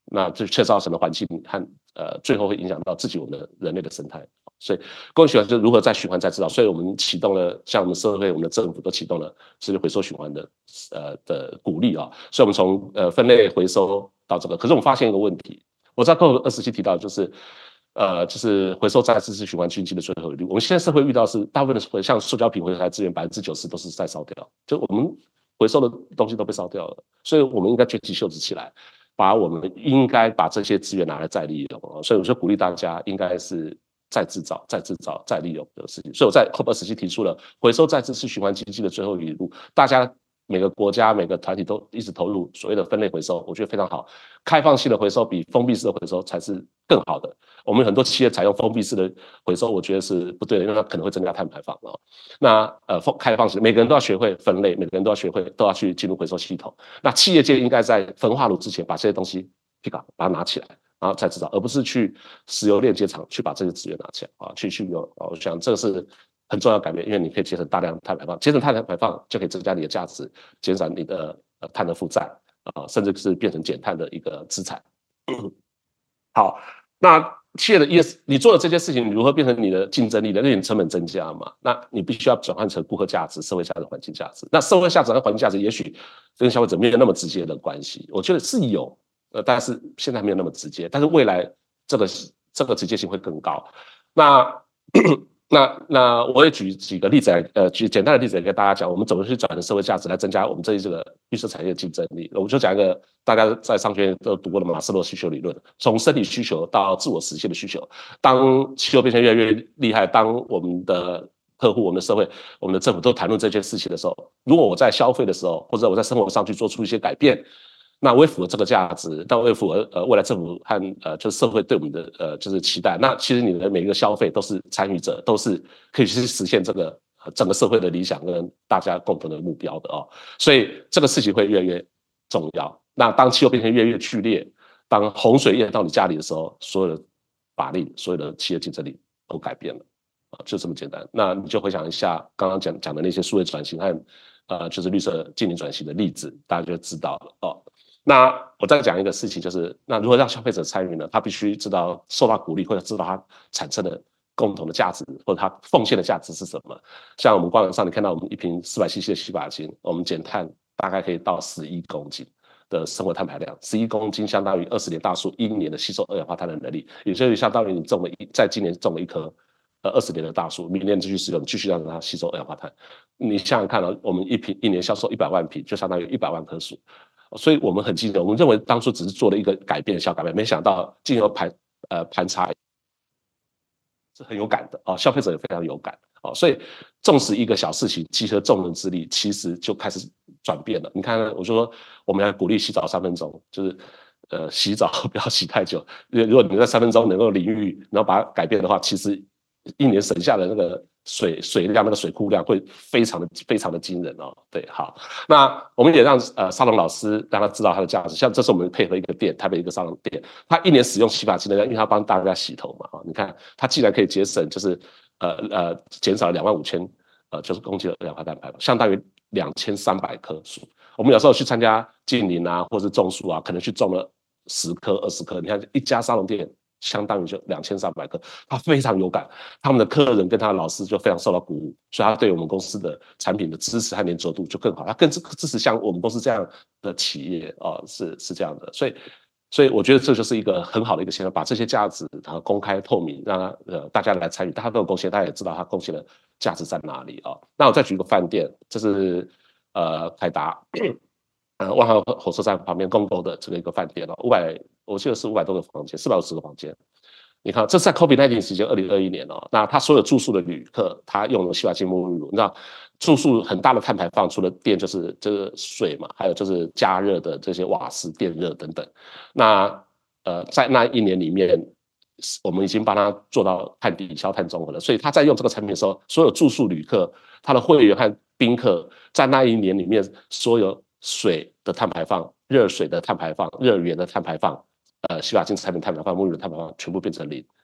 那这却造成了环境和呃最后会影响到自己我们的人类的生态。所以公益循环就如何再循环再制造，所以我们启动了，像我们社会、我们的政府都启动了是回收循环的呃的鼓励啊、哦。所以我们从呃分类回收到这个，可是我们发现一个问题，我在 C O P 二十七提到就是。呃，就是回收再制是循环经济的最后一路。我们现在社会遇到是大部分的像塑胶瓶回收材资源百分之九十都是在烧掉，就我们回收的东西都被烧掉了，所以我们应该卷起袖子起来，把我们应该把这些资源拿来再利用。所以我就鼓励大家应该是再制造、再制造、再利用的事情。所以我在 C O P 二十七提出了回收再制是循环经济的最后一路，大家。每个国家、每个团体都一直投入所谓的分类回收，我觉得非常好。开放性的回收比封闭式的回收才是更好的。我们很多企业采用封闭式的回收，我觉得是不对的，因为它可能会增加碳排放哦。那呃，开放式，每个人都要学会分类，每个人都要学会，都要去进入回收系统。那企业界应该在焚化炉之前把这些东西 pick up， 把它拿起来，然后再制造，而不是去石油炼接厂去把这些资源拿起来啊，去去用。我想这是。很重要的改变，因为你可以节省大量碳排放，节省碳排放就可以增加你的价值，减少你的呃碳的负债啊、呃，甚至是变成减碳的一个资产。好，那企业的 E S， 你做的这些事情，你如何变成你的竞争力的？因为你成本增加嘛，那你必须要转换成顾客价值、社会价值、环境价值。那社会价值和环境价值，也许跟消费者没有那么直接的关系，我觉得是有，呃，但是现在没有那么直接，但是未来这个这个直接性会更高。那那那我也举几个例子来，呃，举简单的例子来跟大家讲，我们怎么去转成社会价值来增加我们这一这个绿色产业的竞争力。我就讲一个大家在商学院都读过的马斯洛需求理论，从生理需求到自我实现的需求。当气候变迁越来越厉害，当我们的客户、我们的社会、我们的政府都谈论这件事情的时候，如果我在消费的时候，或者我在生活上去做出一些改变。那我也符合这个价值，但我也符合呃未来政府和呃就是社会对我们的呃就是期待。那其实你的每一个消费都是参与者，都是可以去实现这个、呃、整个社会的理想跟大家共同的目标的哦。所以这个事情会越来越重要。那当气候变迁越来越剧烈，当洪水淹到你家里的时候，所有的法律、所有的企业竞争力都改变了啊，就这么简单。那你就回想一下刚刚讲讲的那些数位转型和呃就是绿色净零转型的例子，大家就知道了哦。那我再讲一个事情，就是那如何让消费者参与呢？他必须知道受到鼓励，或者知道他产生的共同的价值，或者他奉献的价值是什么。像我们官网上你看到我们一瓶四百 C C 的洗发精，我们减碳大概可以到十一公斤的生活碳排量，十一公斤相当于二十年大树一年的吸收二氧化碳的能力，也就是相当于你种了一在今年种了一棵呃二十年的大树，明年继续使用，继续让它吸收二氧化碳。你想想看啊，我们一瓶一年销售一百万瓶，就相当于一百万棵树。所以我们很惊人，我们认为当初只是做了一个改变，小改变，没想到经由盘呃盘查是很有感的哦，消费者也非常有感哦，所以纵使一个小事情集合众人之力，其实就开始转变了。你看，我就说我们要鼓励洗澡三分钟，就是呃洗澡不要洗太久，如果你在三分钟能够淋浴，然后把它改变的话，其实一年省下的那个。水水量那个水库量会非常的非常的惊人哦，对，好，那我们也让呃沙龙老师让他知道他的价值，像这是我们配合一个店，台北一个沙龙店，他一年使用洗发精的量，因为他帮大家洗头嘛，哦，你看他既然可以节省，就是呃呃减少两万五千呃就是公斤的二氧化碳排放，相当于两千三百棵树。我们有时候去参加净零啊，或是种树啊，可能去种了十棵、二十棵，你看一家沙龙店。相当于就两千三百棵，他非常有感，他们的客人跟他的老师就非常受到鼓舞，所以他对我们公司的产品的支持和粘着度就更好，他更支持像我们公司这样的企业啊、呃，是是这样的，所以所以我觉得这就是一个很好的一个现象，把这些价值然后公开透明，让他呃大家来参与，大家都有贡献，大家也知道他贡献的价值在哪里啊、哦。那我再举一个饭店，这是呃凯达。呃，万豪火车站旁边共构的这个一个饭店哦，五百，我记得是五百多个房间，四百五十个房间。你看，这是在 COVID 十九 时间，二零二一年哦。那他所有住宿的旅客，他用了洗发精、沐浴乳，你知道，住宿很大的碳排放，除了电就是这个水嘛，还有就是加热的这些瓦斯、电热等等。那呃，在那一年里面，我们已经帮他做到碳抵消、碳中和了。所以他在用这个产品的时候，所有住宿旅客、他的会员和宾客，在那一年里面，所有水的碳排放、热水的碳排放、热源的碳排放、呃洗发精产品碳排放、沐浴乳碳排放全部变成零。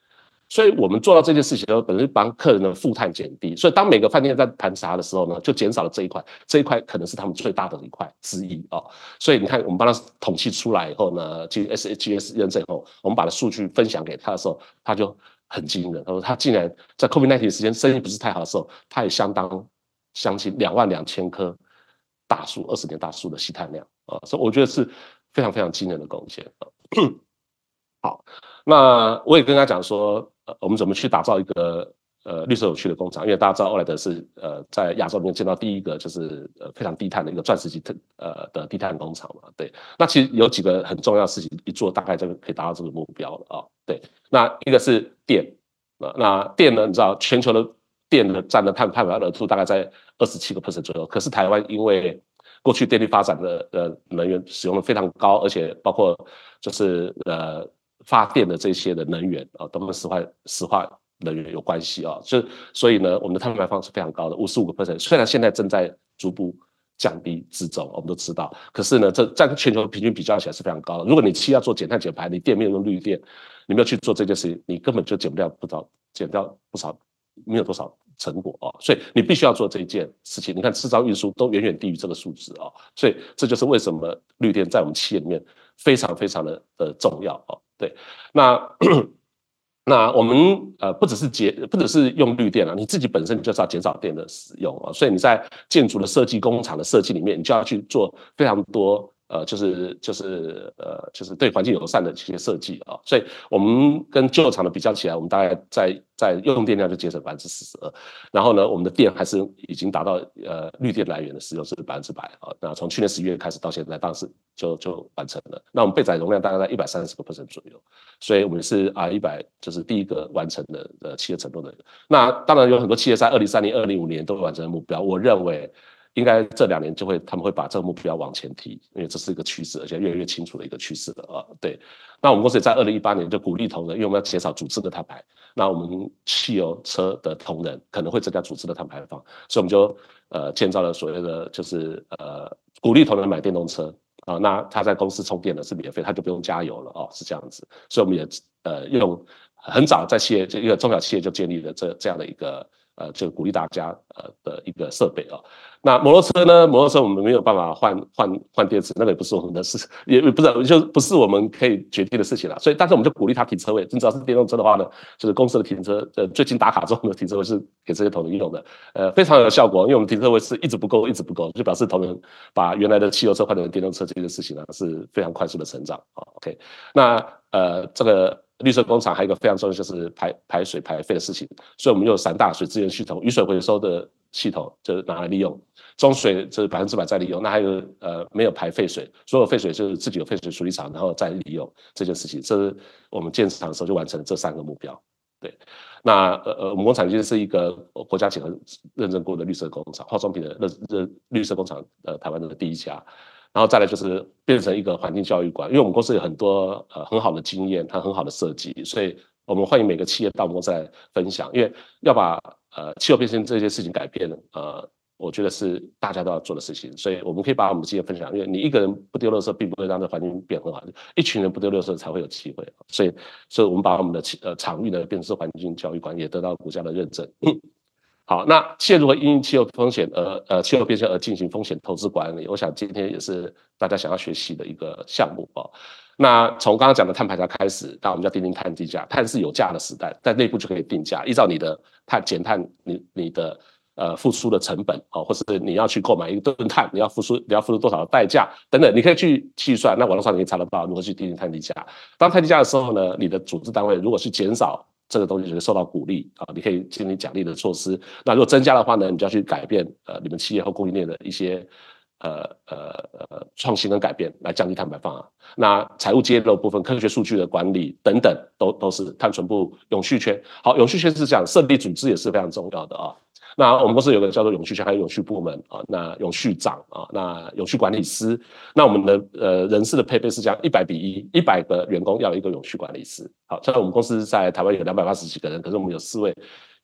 所以我们做到这件事情的时候，本身帮客人的负担减低。所以当每个饭店在盘查的时候呢，就减少了这一块，这一块可能是他们最大的一块之一哦。所以你看，我们帮他统计出来以后呢，经 S H G S 认证以后，我们把的数据分享给他的时候，他就很惊人。他说他竟然在 COVID 十九 时间生意不是太好的时候，他也相当相信两万两千棵大树，二十年大树的吸碳量啊，所以我觉得是非常非常惊人的贡献啊。好，那我也跟他讲说，呃，我们怎么去打造一个呃绿色有趣的工厂？因为大家知道欧莱德是呃在亚洲里面见到第一个就是呃非常低碳的一个钻石级呃的低碳工厂嘛。对，那其实有几个很重要的事情一做，大概就可以达到这个目标了啊。对，那一个是电，那那电呢，你知道全球的电的占的碳排放额度大概在二十七个 percent 左右，可是台湾因为过去电力发展的呃能源使用的非常高，而且包括就是呃。发电的这些的能源啊，都跟石化石化能源有关系啊，就所以呢，我们的碳排放是非常高的，五十五个 percent。虽然现在正在逐步降低之中，我们都知道，可是呢，这在全球平均比较起来是非常高的。如果你企业要做减碳减排，你电没有用绿电，你没有去做这件事情，你根本就减不掉不少，减掉不少，没有多少成果啊。所以你必须要做这一件事情。你看制造运输都远远低于这个数值啊，所以这就是为什么绿电在我们企业里面非常非常的呃重要啊。对，那那我们呃不只是节不只是用绿电啊，你自己本身就是要减少电的使用啊，所以你在建筑的设计、工厂的设计里面，你就要去做非常多呃就是就是呃就是对环境友善的这些设计啊，所以我们跟旧厂的比较起来，我们大概在在用电量就节省百分之四十二，然后呢，我们的电还是已经达到呃绿电来源的使用是百分之百啊，那从去年十一月开始到现在，当时就就完成了。那我们备载容量大概在一百三十个 percent 左右，所以我们是 R 一百就是第一个完成的呃企业承诺的。那当然有很多企业在二零三零、二零五年都会完成目标，我认为应该这两年就会他们会把这个目标往前提，因为这是一个趋势，而且越来越清楚的一个趋势了啊。对，那我们公司也在二零一八年就鼓励同仁，因为我们要减少组织的碳排，那我们汽油车的同仁可能会增加组织的碳排放，所以我们就呃建造了所谓的就是呃鼓励同仁买电动车。啊，那他在公司充电的是免费，他就不用加油了哦，是这样子。所以我们也呃用很早在企业这一个中小企业就建立了这这样的一个呃就鼓励大家呃的一个设备啊、哦。那摩托车呢？摩托车我们没有办法换换换电池，那个也不是我们的事，也不是就不是我们可以决定的事情了。所以，但是我们就鼓励他停车位。你只要是电动车的话呢，就是公司的停车，呃，最近打卡中的停车位是给这些同仁用的，呃，非常有效果。因为我们停车位是一直不够，一直不够，就表示同仁把原来的汽油车换成电动车这件事情呢是非常快速的成长啊。OK， 那呃这个。绿色工厂还有一个非常重要就是排排水排废的事情，所以我们有三大水资源系统，雨水回收的系统就拿来利用，中水就是百分之百再利用，那还有呃没有排废水，所有废水就是自己有废水处理厂，然后再利用这件事情，这是我们建厂的时候就完成了这三个目标。对，那呃呃我们工厂其实是一个国家检核认证过的绿色工厂，化妆品的绿绿色工厂，呃台湾的第一家。然后再来就是变成一个环境教育馆，因为我们公司有很多呃很好的经验和很好的设计，所以我们欢迎每个企业到我们公司来分享，因为要把呃气候变迁这些事情改变，呃，我觉得是大家都要做的事情，所以我们可以把我们的经验分享，因为你一个人不丢垃圾，并不会让这环境变很好，一群人不丢垃圾才会有机会，所以，所以我们把我们的呃场域呢变成是环境教育馆，也得到国家的认证。嗯好，那企业如何因应气候风险而呃气候变迁而进行风险投资管理？我想今天也是大家想要学习的一个项目哦。那从刚刚讲的碳排查开始，那我们要定定碳计价，碳是有价的时代，在内部就可以定价，依照你的碳减碳你你的呃付出的成本哦，或是你要去购买一吨碳，你要付出你要付出多少的代价等等，你可以去计算。那网络上你可以查得到如何去定定碳计价。当碳计价的时候呢，你的组织单位如果去减少。这个东西就会受到鼓励啊，你可以进行奖励的措施。那如果增加的话呢，你就要去改变呃你们企业或供应链的一些呃呃呃创新跟改变，来降低碳排放啊。那财务揭露部分、科学数据的管理等等，都都是碳存部、永续圈。好，永续圈是这样，设立组织也是非常重要的啊。那我们公司有个叫做永续圈，还有永续部门啊，那永续长啊，那永续管理师，那我们的呃人事的配备是这样，一百比一，一百个员工要有一个永续管理师。好，像我们公司在台湾有两百八十几个人，可是我们有四位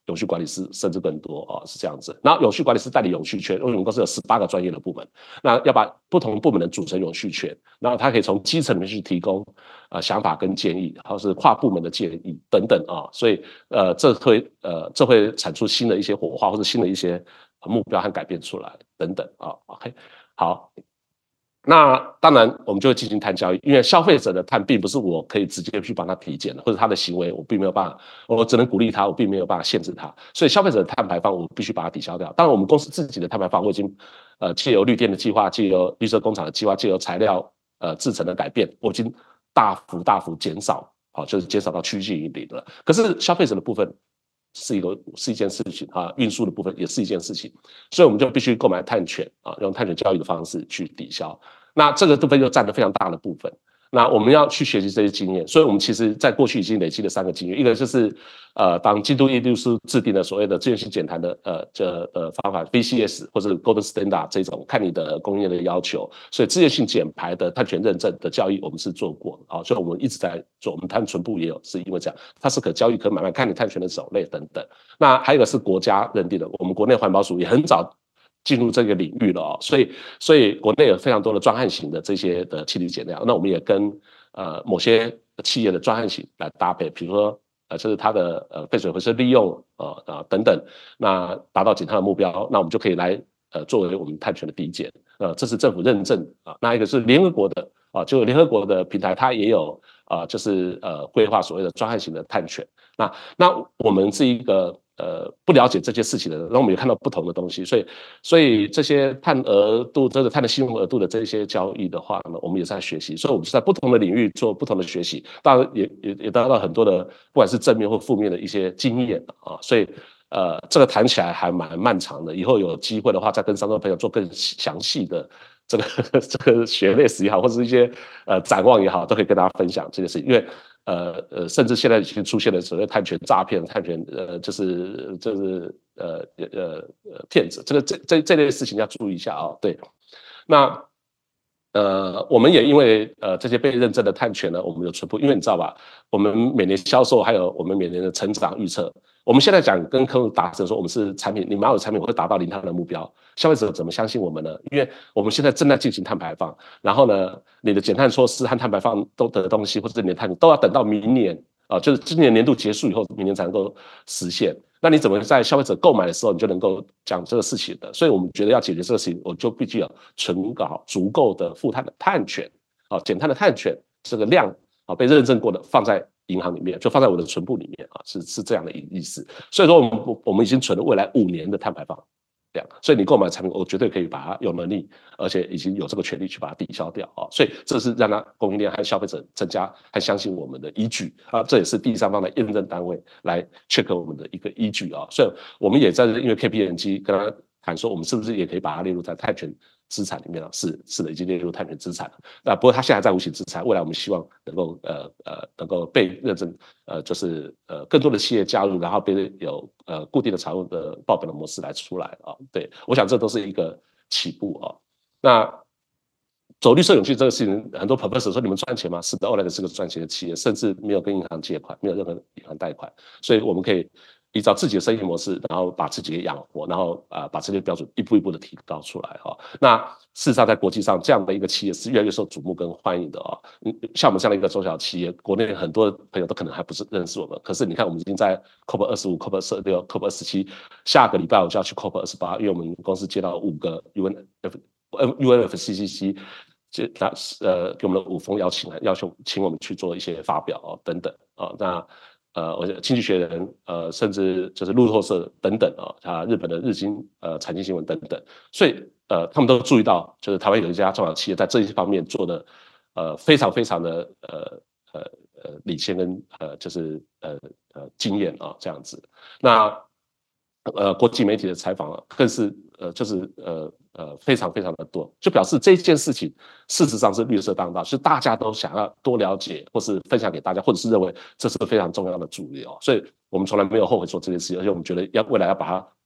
永续管理师甚至更多啊，是这样子。然后永续管理师代理永续圈，因为我们公司有十八个专业的部门，那要把不同部门的组成永续圈，然后他可以从基层里面去提供呃想法跟建议，或是跨部门的建议等等啊，所以呃这会呃这会产出新的一些火花，或者新的一些目标和改变出来等等啊。OK， 好。那当然，我们就会进行碳交易，因为消费者的碳并不是我可以直接去帮他体检的，或者他的行为我并没有办法，我只能鼓励他，我并没有办法限制他，所以消费者的碳排放我必须把它抵消掉。当然，我们公司自己的碳排放我已经呃借由绿电的计划，借由绿色工厂的计划，借由材料呃制成的改变，我已经大幅大幅减少，好，就是减少到趋近于零了。可是消费者的部分是一个是一件事情啊，运输的部分也是一件事情，所以我们就必须购买碳权啊，用碳权交易的方式去抵消。那这个部分就占了非常大的部分。那我们要去学习这些经验，所以我们其实在过去已经累积了三个经验，一个就是呃，当京都议定书制定了所谓的自愿性减碳的呃这呃方法 B C S 或者 Golden Standard 这种看你的供应链的要求，所以自愿性减排的碳权认证的交易我们是做过啊，所以我们一直在做，我们碳存部也有，是因为这样，它是可交易可买卖，看你碳权的种类等等。那还有一个是国家认定的，我们国内环保署也很早进入这个领域了哦，所以所以国内有非常多的专案型的这些的气体减量，那我们也跟呃某些企业的专案型来搭配，比如说呃就是它的呃废水回收利用呃啊、呃、等等，那达到减碳的目标，那我们就可以来呃作为我们碳权的抵减，呃这是政府认证啊，那一个是联合国的啊，就联合国的平台它也有啊、呃、就是呃规划所谓的专案型的碳权，那那我们是一个。呃，不了解这些事情的人，然后我们也看到不同的东西，所以，所以这些碳额度、这个碳的信用额度的这些交易的话呢，我们也在学习，所以我们是在不同的领域做不同的学习，当然也也也得到很多的，不管是正面或负面的一些经验啊，所以呃，这个谈起来还蛮漫长的，以后有机会的话，再跟商周朋友做更详细的这个这个学类史也好，或者是一些呃展望也好，都可以跟大家分享这件事情，因为。呃呃，甚至现在已经出现了所谓碳权诈骗、碳权呃，就是就是呃呃呃骗子，这个这这这类事情要注意一下啊、哦。对，那呃，我们也因为呃这些被认证的碳权呢，我们有存铺，因为你知道吧，我们每年销售还有我们每年的成长预测，我们现在讲跟客户达成说我们是产品，你买我的产品我会达到零碳的目标，消费者怎么相信我们呢？因为我们现在正在进行碳排放，然后呢，你的减碳措施和碳排放都的东西，或者你的碳都要等到明年啊、呃，就是今年年度结束以后，明年才能够实现。那你怎么在消费者购买的时候，你就能够讲这个事情的？所以我们觉得要解决这个事情，我就必须要存好足够的负碳的碳权，啊，减碳的碳权这个量啊被认证过的放在银行里面，就放在我的存部里面啊，是是这样的意思。所以说我们我们已经存了未来五年的碳排放量，所以你购买的产品，我绝对可以把它有能力，而且已经有这个权利去把它抵消掉啊。所以这是让它供应链和消费者增加和相信我们的依据啊，这也是第三方的验证单位来 check 我们的一个依据啊。所以我们也在因为 K P M G 跟他谈说，我们是不是也可以把它列入在碳权资产里面了？是是的，已经列入碳权资产了。那不过它现在还在无形资产，未来我们希望能够呃呃能够被认证，呃就是呃更多的企业加入，然后被有呃固定的财务的报表的模式来出来啊。对，我想这都是一个起步啊。那走绿色永续这个事情，很多 professor 说你们赚钱吗？是的，欧莱德是个赚钱的企业，甚至没有跟银行借款，没有任何银行贷款，所以我们可以依照自己的生意模式，然后把自己给养活，然后啊、呃、把这些标准一步一步的提高出来哈、哦。那事实上在国际上这样的一个企业是越来越受瞩目跟欢迎的啊、哦。像我们这样的一个中小企业，国内很多朋友都可能还不是认识我们，可是你看我们已经在 C O P 二十五、C O P 二十六、C O P 二十七，下个礼拜我就要去 C O P 二十八，因为我们公司接到五个 U N F U N F C C C。就那呃给我们的五封邀请函，要求请我们去做一些发表哦等等啊，那呃我经济学人呃甚至就是路透社等等啊，啊日本的日经呃财经新闻等等，所以呃他们都注意到，就是台湾有一家中小企业在这一方面做的呃非常非常的呃呃呃领先跟呃就是呃呃经验啊这样子，那呃国际媒体的采访更是呃就是呃。呃，非常非常的多，就表示这件事情事实上是绿色当道，是大家都想要多了解，或是分享给大家，或者是认为这是非常重要的主流，所以我们从来没有后悔做这件事情，而且我们觉得要未来要把它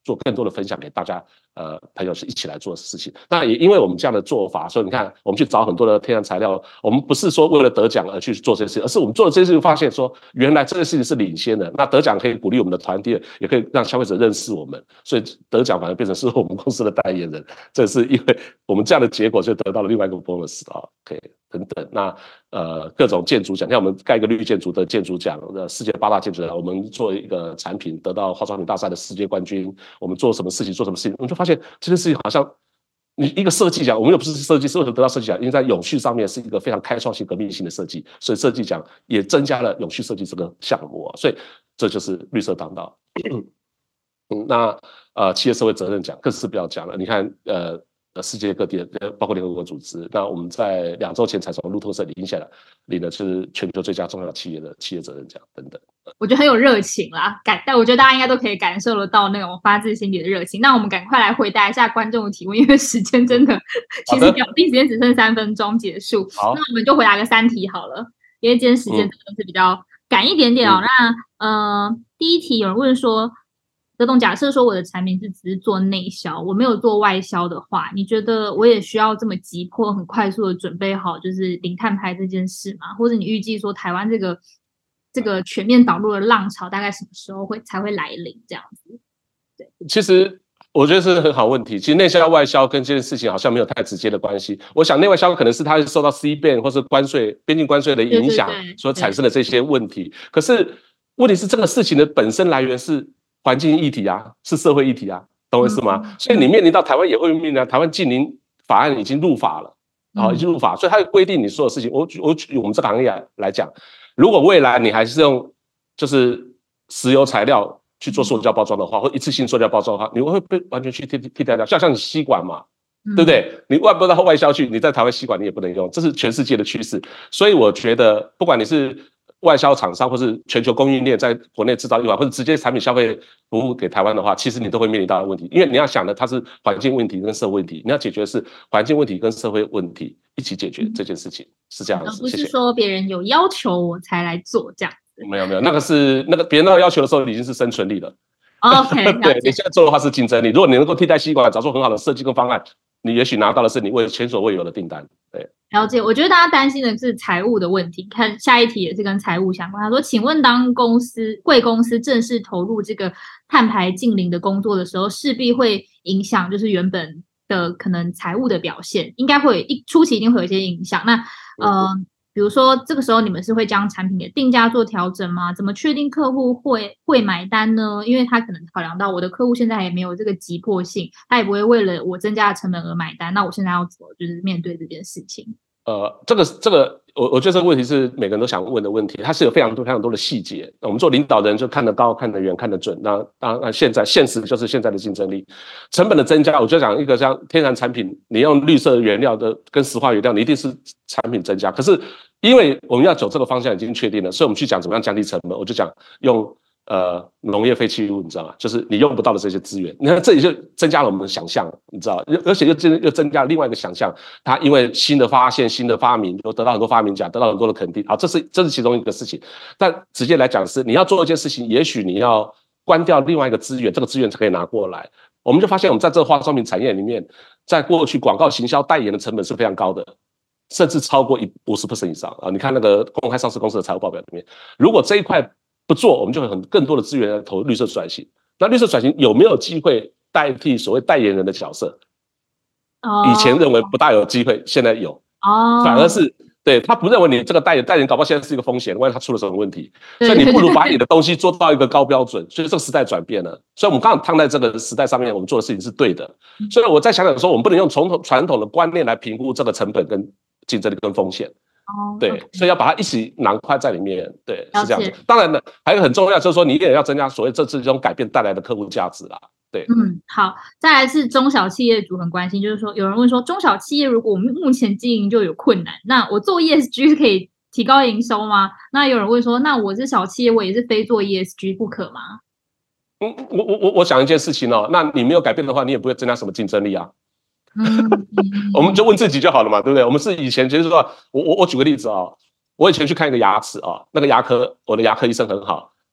做更多的分享给大家，呃，朋友是一起来做的事情。那也因为我们这样的做法，所以你看，我们去找很多的天然材料，我们不是说为了得奖而去做这些事情，而是我们做了这些事情，发现说原来这件事情是领先的。那得奖可以鼓励我们的团队，也可以让消费者认识我们，所以得奖反而变成是我们公司的代言人。这是因为我们这样的结果，就得到了另外一个 bonus 啊、哦、，OK 等等。那呃各种建筑奖，像我们盖一个绿建筑的建筑奖，呃世界八大建筑奖，我们做一个产品得到化妆品大赛的世界冠军，我们做什么事情做什么事情，我们就发现这件事情好像你一个设计奖，我们又不是设计师，为什么得到设计奖？因为在永续上面是一个非常开创性、革命性的设计，所以设计奖也增加了永续设计这个项目啊，所以这就是绿色当道。嗯，那呃企业社会责任奖更是不要讲了，你看呃。世界各地的，包括联合国组织，那我们在两周前才从路透社领下来，领的是全球最佳中小企业的企业责任奖等等。 我觉得很有热情啦，感，但我觉得大家应该都可以感受得到那种发自心底的热情。那我们赶快来回答一下观众的提问，因为时间真的，其实表定时间只剩三分钟结束，那我们就回答个三题好了，因为今天时间真的是比较赶一点点哦。嗯、那呃，第一题有人问说。德董，假设说我的产品是只是做内销，我没有做外销的话，你觉得我也需要这么急迫、很快速的准备好就是零碳排这件事吗？或者你预计说台湾这个这个全面导入的浪潮大概什么时候会才会来临？这样子，对， 其实我觉得是很好问题。其实内销外销跟这件事情好像没有太直接的关系。我想内外销可能是它受到 C B A N 或是关税、边境关税的影响所产生的这些问题。可是问题是这个事情的本身来源是。环境议题啊，是社会议题啊，懂我意思吗？嗯、所以你面临到台湾也会面临到台湾近邻法案已经入法了，啊、嗯，已经入法，所以它会规定你所有事情。我我我们这个行业来讲，如果未来你还是用就是石油材料去做塑胶包装的话，或一次性塑胶包装的话，你会被完全去替替代掉。像像你吸管嘛，嗯、对不对？你外包到外销去，你在台湾吸管你也不能用，这是全世界的趋势。所以我觉得，不管你是外销厂商或是全球供应链在国内制造一碗，或者直接产品消费服务给台湾的话，其实你都会面临到的问题，因为你要想的它是环境问题跟社会问题，你要解决的是环境问题跟社会问题一起解决这件事情，嗯、是这样子。 不是说别人有要求我才来做这样子。 没有没有，那个是那个别人那个要求的时候已经是生存力了。 OK， 对，你现在做的话是竞争力。如果你能够替代吸管，找出很好的设计跟方案，你也许拿到的是你为前所未有的订单。对。 了解，我觉得大家担心的是财务的问题。看下一题也是跟财务相关。他说：“请问，当公司贵公司正式投入这个碳排净零的工作的时候，势必会影响就是原本的可能财务的表现，应该会一初期一定会有一些影响。那呃，比如说这个时候你们是会将产品的定价做调整吗？怎么确定客户会会买单呢？因为他可能考量到我的客户现在也没有这个急迫性，他也不会为了我增加的成本而买单。那我现在要怎么就是面对这件事情？” 呃，这个这个，我我觉得这个问题是每个人都想问的问题，它是有非常多非常多的细节。我们做领导人就看得高、看得远、看得准。那当然，现在现实就是现在的竞争力，成本的增加，我就讲一个像天然产品，你用绿色原料的跟石化原料，你一定是产品增加。可是因为我们要走这个方向已经确定了，所以我们去讲怎么样降低成本，我就讲用。呃，农业废弃物，你知道吗？就是你用不到的这些资源，你看这里就增加了我们的想象，你知道，而且又增又增加了另外一个想象。它因为新的发现、新的发明，就得到很多发明奖，得到很多的肯定。好，这是这是其中一个事情。但直接来讲是，你要做一件事情，也许你要关掉另外一个资源，这个资源才可以拿过来。我们就发现，我们在这个化妆品产业里面，在过去广告行销代言的成本是非常高的，甚至超过 百分之五十 以上啊！你看那个公开上市公司的财务报表里面，如果这一块不做，我们就会很更多的资源来投绿色转型。那绿色转型有没有机会代替所谓代言人的角色？哦，以前认为不大有机会，现在有。哦，反而是对他不认为你这个代言代言搞不好现在是一个风险，万一他出了什么问题，所以你不如把你的东西做到一个高标准。所以这个时代转变了，所以我们刚好躺在这个时代上面，我们做的事情是对的。所以我再想想说，我们不能用传统传统的观念来评估这个成本跟竞争力跟风险。哦，对， okay. 所以要把它一起囊括在里面，对，是这样子。当然呢，还有很重要就是说，你也要增加所谓这次这种改变带来的客户价值啦。对， 嗯，好，再来是中小企业主很关心，就是说有人问说，中小企业如果我们目前经营就有困难，那我做 E S G 可以提高营收吗？那有人问说，那我是小企业，我也是非做 E S G 不可吗？ 嗯，我我我我想一件事情哦，那你没有改变的话，你也不会增加什么竞争力啊。嗯，我们就问自己就好了嘛，对不对？我们是以前就是说，我我我举个例子啊、哦，我以前去看一个牙齿啊、哦，那个牙科，我的牙科医生很好，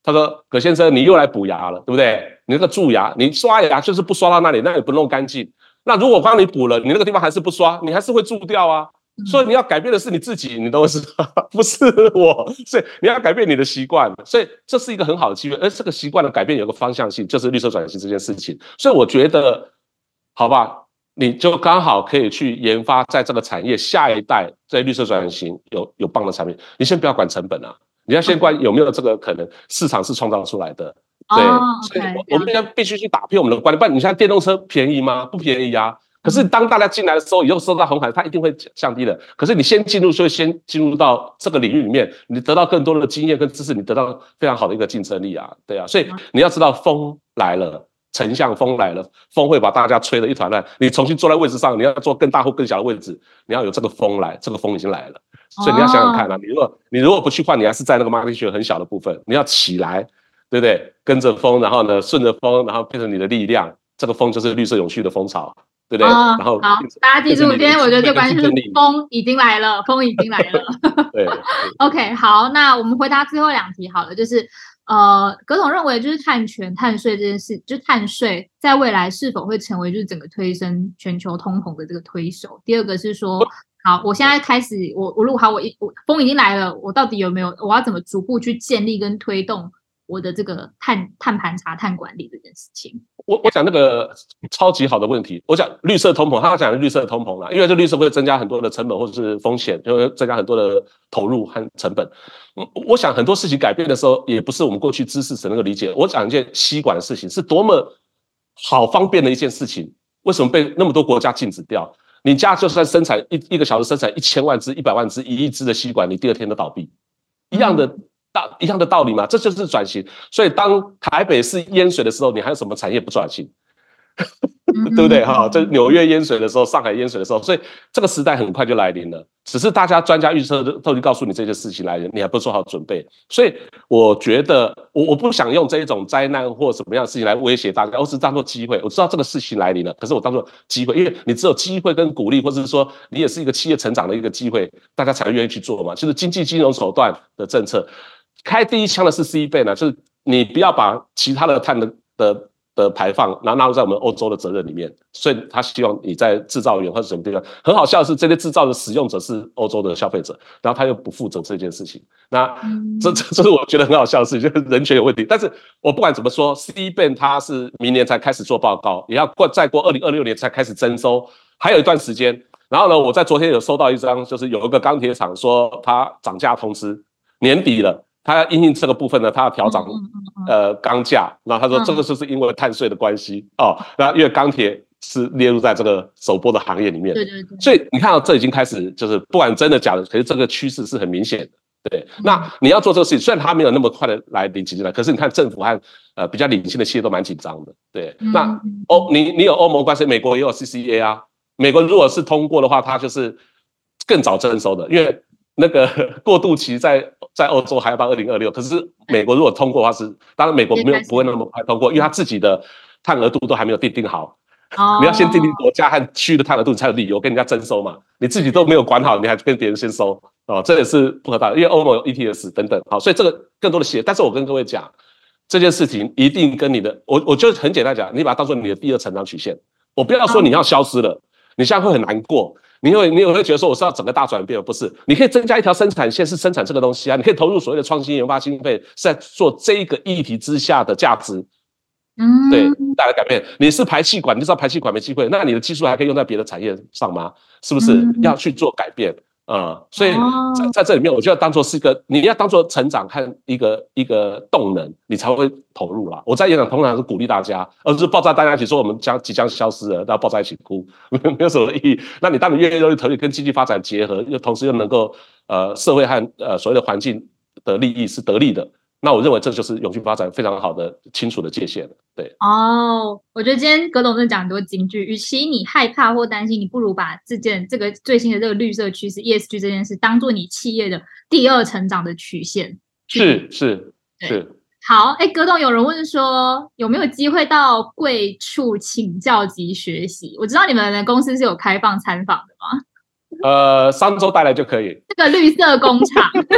他说葛先生你又来补牙了，对不对？你那个蛀牙，你刷牙就是不刷到那里，那也不弄干净。那如果帮你补了，你那个地方还是不刷，你还是会蛀掉啊。所以你要改变的是你自己，你懂我意思吗？不是我，所以你要改变你的习惯，所以这是一个很好的机会。而这个习惯的改变有个方向性，就是绿色转型这件事情。所以我觉得，好吧，你就刚好可以去研发在这个产业下一代在绿色转型有有棒的产品。你先不要管成本啊，你要先管有没有这个可能，市场是创造出来的。对， 哦 okay, 所以我们要必须去打破我们的观念。不然你现在电动车便宜吗？不便宜啊。可是当大家进来的时候，以后收到红海，它一定会降低的。可是你先进入，就先进入到这个领域里面，你得到更多的经验跟知识，你得到非常好的一个竞争力啊，对啊。所以你要知道，风来了，丞相风来了，风会把大家吹得一团乱。你重新坐在位置上，你要坐更大或更小的位置，你要有这个风来，这个风已经来了。所以你要想想看啊，你如果你如果不去换，你还是在那个 market share 很小的部分，你要起来，对不对？跟着风，然后呢，顺着风，然后变成你的力量。这个风就是绿色永续的风潮。对不对？ 哦、 然后好，大家记住，今天我觉得最关键是风已经来了，风已经来了。 对 ，OK， 好，那我们回答最后两题好了，就是呃，葛总认为就是碳权、碳税这件事，就碳税在未来是否会成为就是整个推升全球通膨的这个推手？第二个是说，好，我现在开始，我我如果好，我一我风已经来了，我到底有没有，我要怎么逐步去建立跟推动我的这个碳碳盘查、碳管理这件事情？ 我我讲那个超级好的问题，我讲绿色通膨，他讲的绿色通膨啦，因为这绿色会增加很多的成本或者是风险，就会增加很多的投入和成本。我想很多事情改变的时候，也不是我们过去知识层那个理解。我讲一件吸管的事情，是多么好方便的一件事情，为什么被那么多国家禁止掉？你家就算生产一一个小时生产一千万支、一百万支、一亿支的吸管，你第二天都倒闭，一样的。道一样的道理嘛，这就是转型。所以当台北市淹水的时候，你还有什么产业不转型？对不对？哈，这纽约淹水的时候，上海淹水的时候，所以这个时代很快就来临了。只是大家专家预测都已经告诉你这件事情来临，你还不做好准备。所以我觉得，我我不想用这一种灾难或什么样的事情来威胁大家，我只是当做机会。我知道这个事情来临了，可是我当做机会，因为你只有机会跟鼓励，或者是说你也是一个企业成长的一个机会，大家才会愿意去做嘛。就是经济金融手段的政策。开第一枪的是 C 倍呢，就是你不要把其他的碳的的的排放，然后纳入在我们欧洲的责任里面，所以他希望你在制造园或者什么地方。很好笑的是，这些制造的使用者是欧洲的消费者，然后他又不负责这件事情。那这这这是我觉得很好笑的事情，就是人权有问题。但是我不管怎么说 ，C 倍它是明年才开始做报告，也要过再过二零二六年才开始征收，还有一段时间。然后呢，我在昨天有收到一张，就是有一个钢铁厂说它涨价通知，年底了。他要因应这个部分呢，他要调涨呃钢价，然后他说这个就是因为碳税的关系哦，然后因为钢铁是列入在这个首播的行业里面， 对对对， 所以你看到这已经开始就是不管真的假的，可是这个趋势是很明显的。对，那你要做这个事情，虽然它没有那么快的来临起进来，可是你看政府和呃比较领先的企业都蛮紧张的。对，那欧你你有欧盟关税，美国也有 C C A 啊，美国如果是通过的话，它就是更早征收的，因为那个过渡期在在欧洲还要到二零二六，可是美国如果通过的话是，当然美国没有不会那么快通过，因为它自己的碳额度都还没有定定好。哦、你要先定定国家和区的碳额度，你才有理由跟人家征收嘛。你自己都没有管好，你还跟别人先收哦，这也是不合道理。因为欧盟有 E T S 等等，好，所以这个更多的协。但是我跟各位讲，这件事情一定跟你的，我我就很简单讲，你把它当做你的第二成长曲线。我不要说你要消失了，你现在会很难过。你会，你也会觉得说我是要整个大转变，不是？你可以增加一条生产线，是生产这个东西啊。你可以投入所谓的创新研发经费，是在做这一个议题之下的价值，嗯，对，带来改变。你是排气管，你知道排气管没机会，那你的技术还可以用在别的产业上吗？是不是？嗯、要去做改变。呃，所以在在这里面，我就要当做是一个，你要当做成长和一个一个动能，你才会投入啦。我在演讲通常是鼓励大家，而不是爆炸大家一起说我们将即将消失了，然后抱在一起哭，没有什么意义。那你当你越越投入跟经济发展结合，又同时又能够呃社会和呃所谓的环境的利益是得利的。那我认为这就是永续发展非常好的清楚的界限。对哦，我觉得今天葛董真的讲很多金句，与其你害怕或担心，你不如把这件这个最新的这个绿色趋势 E S G 这件事当做你企业的第二成长的曲线。 是是是。 好，哎，葛董有人问说有没有机会到贵处请教及学习？我知道你们的公司是有开放参访的吗？ 呃，上周带来就可以。 这个绿色工厂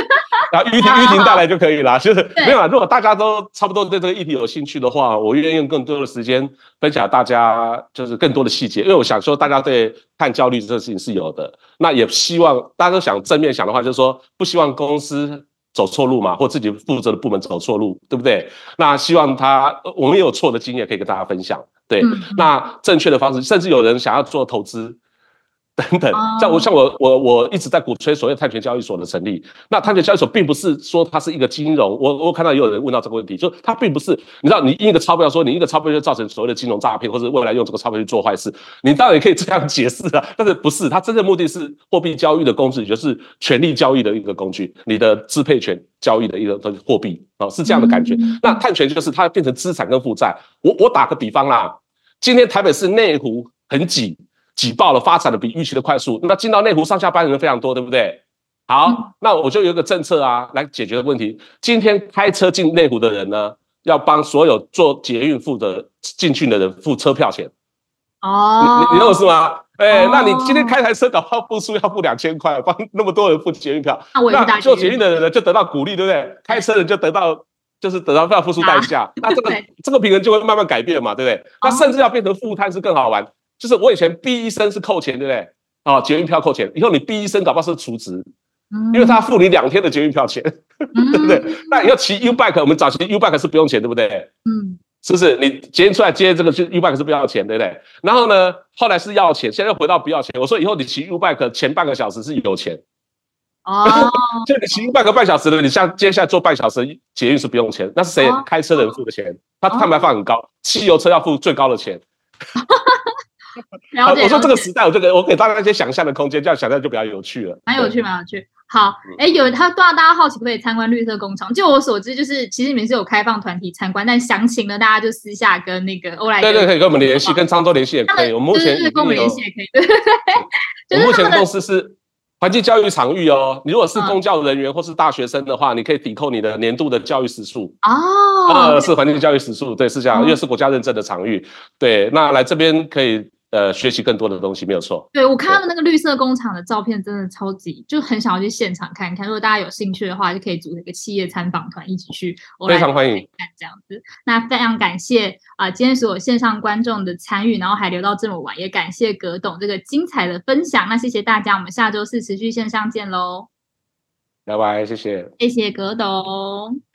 然后玉婷玉婷带来就可以了，就是没有啦。如果大家都差不多对这个议题有兴趣的话，我愿意用更多的时间分享大家就是更多的细节，因为我想说大家对碳焦虑这个事情是有的，那也希望大家都想正面想的话，就是说不希望公司走错路嘛，或自己负责的部门走错路，对不对？那希望他我们也有错的经验可以跟大家分享，对，嗯、那正确的方式，甚至有人想要做投资。等等，像我像我我我一直在鼓吹所谓碳权交易所的成立。那碳权交易所并不是说它是一个金融，我我看到也有人问到这个问题，就它并不是，你知道，你印一个钞票说你一个钞票就造成所谓的金融诈骗，或者未来用这个钞票去做坏事，你当然也可以这样解释啊，但是不是，它真正目的是货币交易的工具，也就是权力交易的一个工具，你的支配权交易的一个货币啊，是这样的感觉。嗯、那碳权就是它变成资产跟负债。我我打个比方啦，今天台北市内湖很挤。挤爆了，发展的比预期的快速，那进到内湖上下班的人非常多，对不对？好，嗯、那我就有一个政策啊，来解决问题。今天开车进内湖的人呢，要帮所有坐捷运付的进去的人付车票钱。哦，你你懂我是吗？哎、欸，哦、那你今天开台车搞不好付出要付两千块，帮那么多人付捷运票，那, 我那坐捷运的人呢就得到鼓励，对不对？开车人就得到就是得到要付出代价，啊、那这个这个平衡就会慢慢改变嘛，对不对？那甚至要变成负碳是更好玩。就是我以前毕医生是扣钱，对不对？哦，捷运票扣钱，以后你毕医生搞不好是储值，嗯、因为他付你两天的捷运票钱，嗯、对不对？那以后骑 U bike， 我们早期 U bike 是不用钱，对不对？嗯，是不是？你捷运出来接这个 U bike 是不要钱，对不对？然后呢，后来是要钱，现在又回到不要钱。我说以后你骑 U bike 前半个小时是有钱，哦，就你骑半个半小时的，你像接下来坐半小时捷运是不用钱，那是谁？哦、开车人付的钱，他碳排放很高，汽油车要付最高的钱。 了解， 我说这个时代，我就给我给大家一些想象的空间，这样想象就比较有趣了， 蛮有趣，蛮有趣。好，哎、欸，有他，大家好奇可不可以参观绿色工厂？就我所知，就是其实你们是有开放团体参观，但详情呢，大家就私下跟那个欧莱德， 对对，可以跟我们联系，跟漳州联系也可以。我们目前跟我们联系也可以，对对对。 我目前公司是环境教育场域哦，你如果是公教人员或是大学生的话，嗯、你可以抵扣你的年度的教育时数哦。呃，是环境教育时数，对，是这样，嗯、因为是国家认证的场域，对，那来这边可以。呃，学习更多的东西没有错。 对，我看他们那个绿色工厂的照片，真的超级，就很想要去现场看看。如果大家有兴趣的话，就可以组成一个企业参访团，一起去。 非常欢迎看这样子。那非常感谢啊、呃，今天所有线上观众的参与，然后还留到这么晚，也感谢葛董这个精彩的分享。那谢谢大家，我们下周四持续线上见喽。 拜拜，谢谢， 谢谢葛董。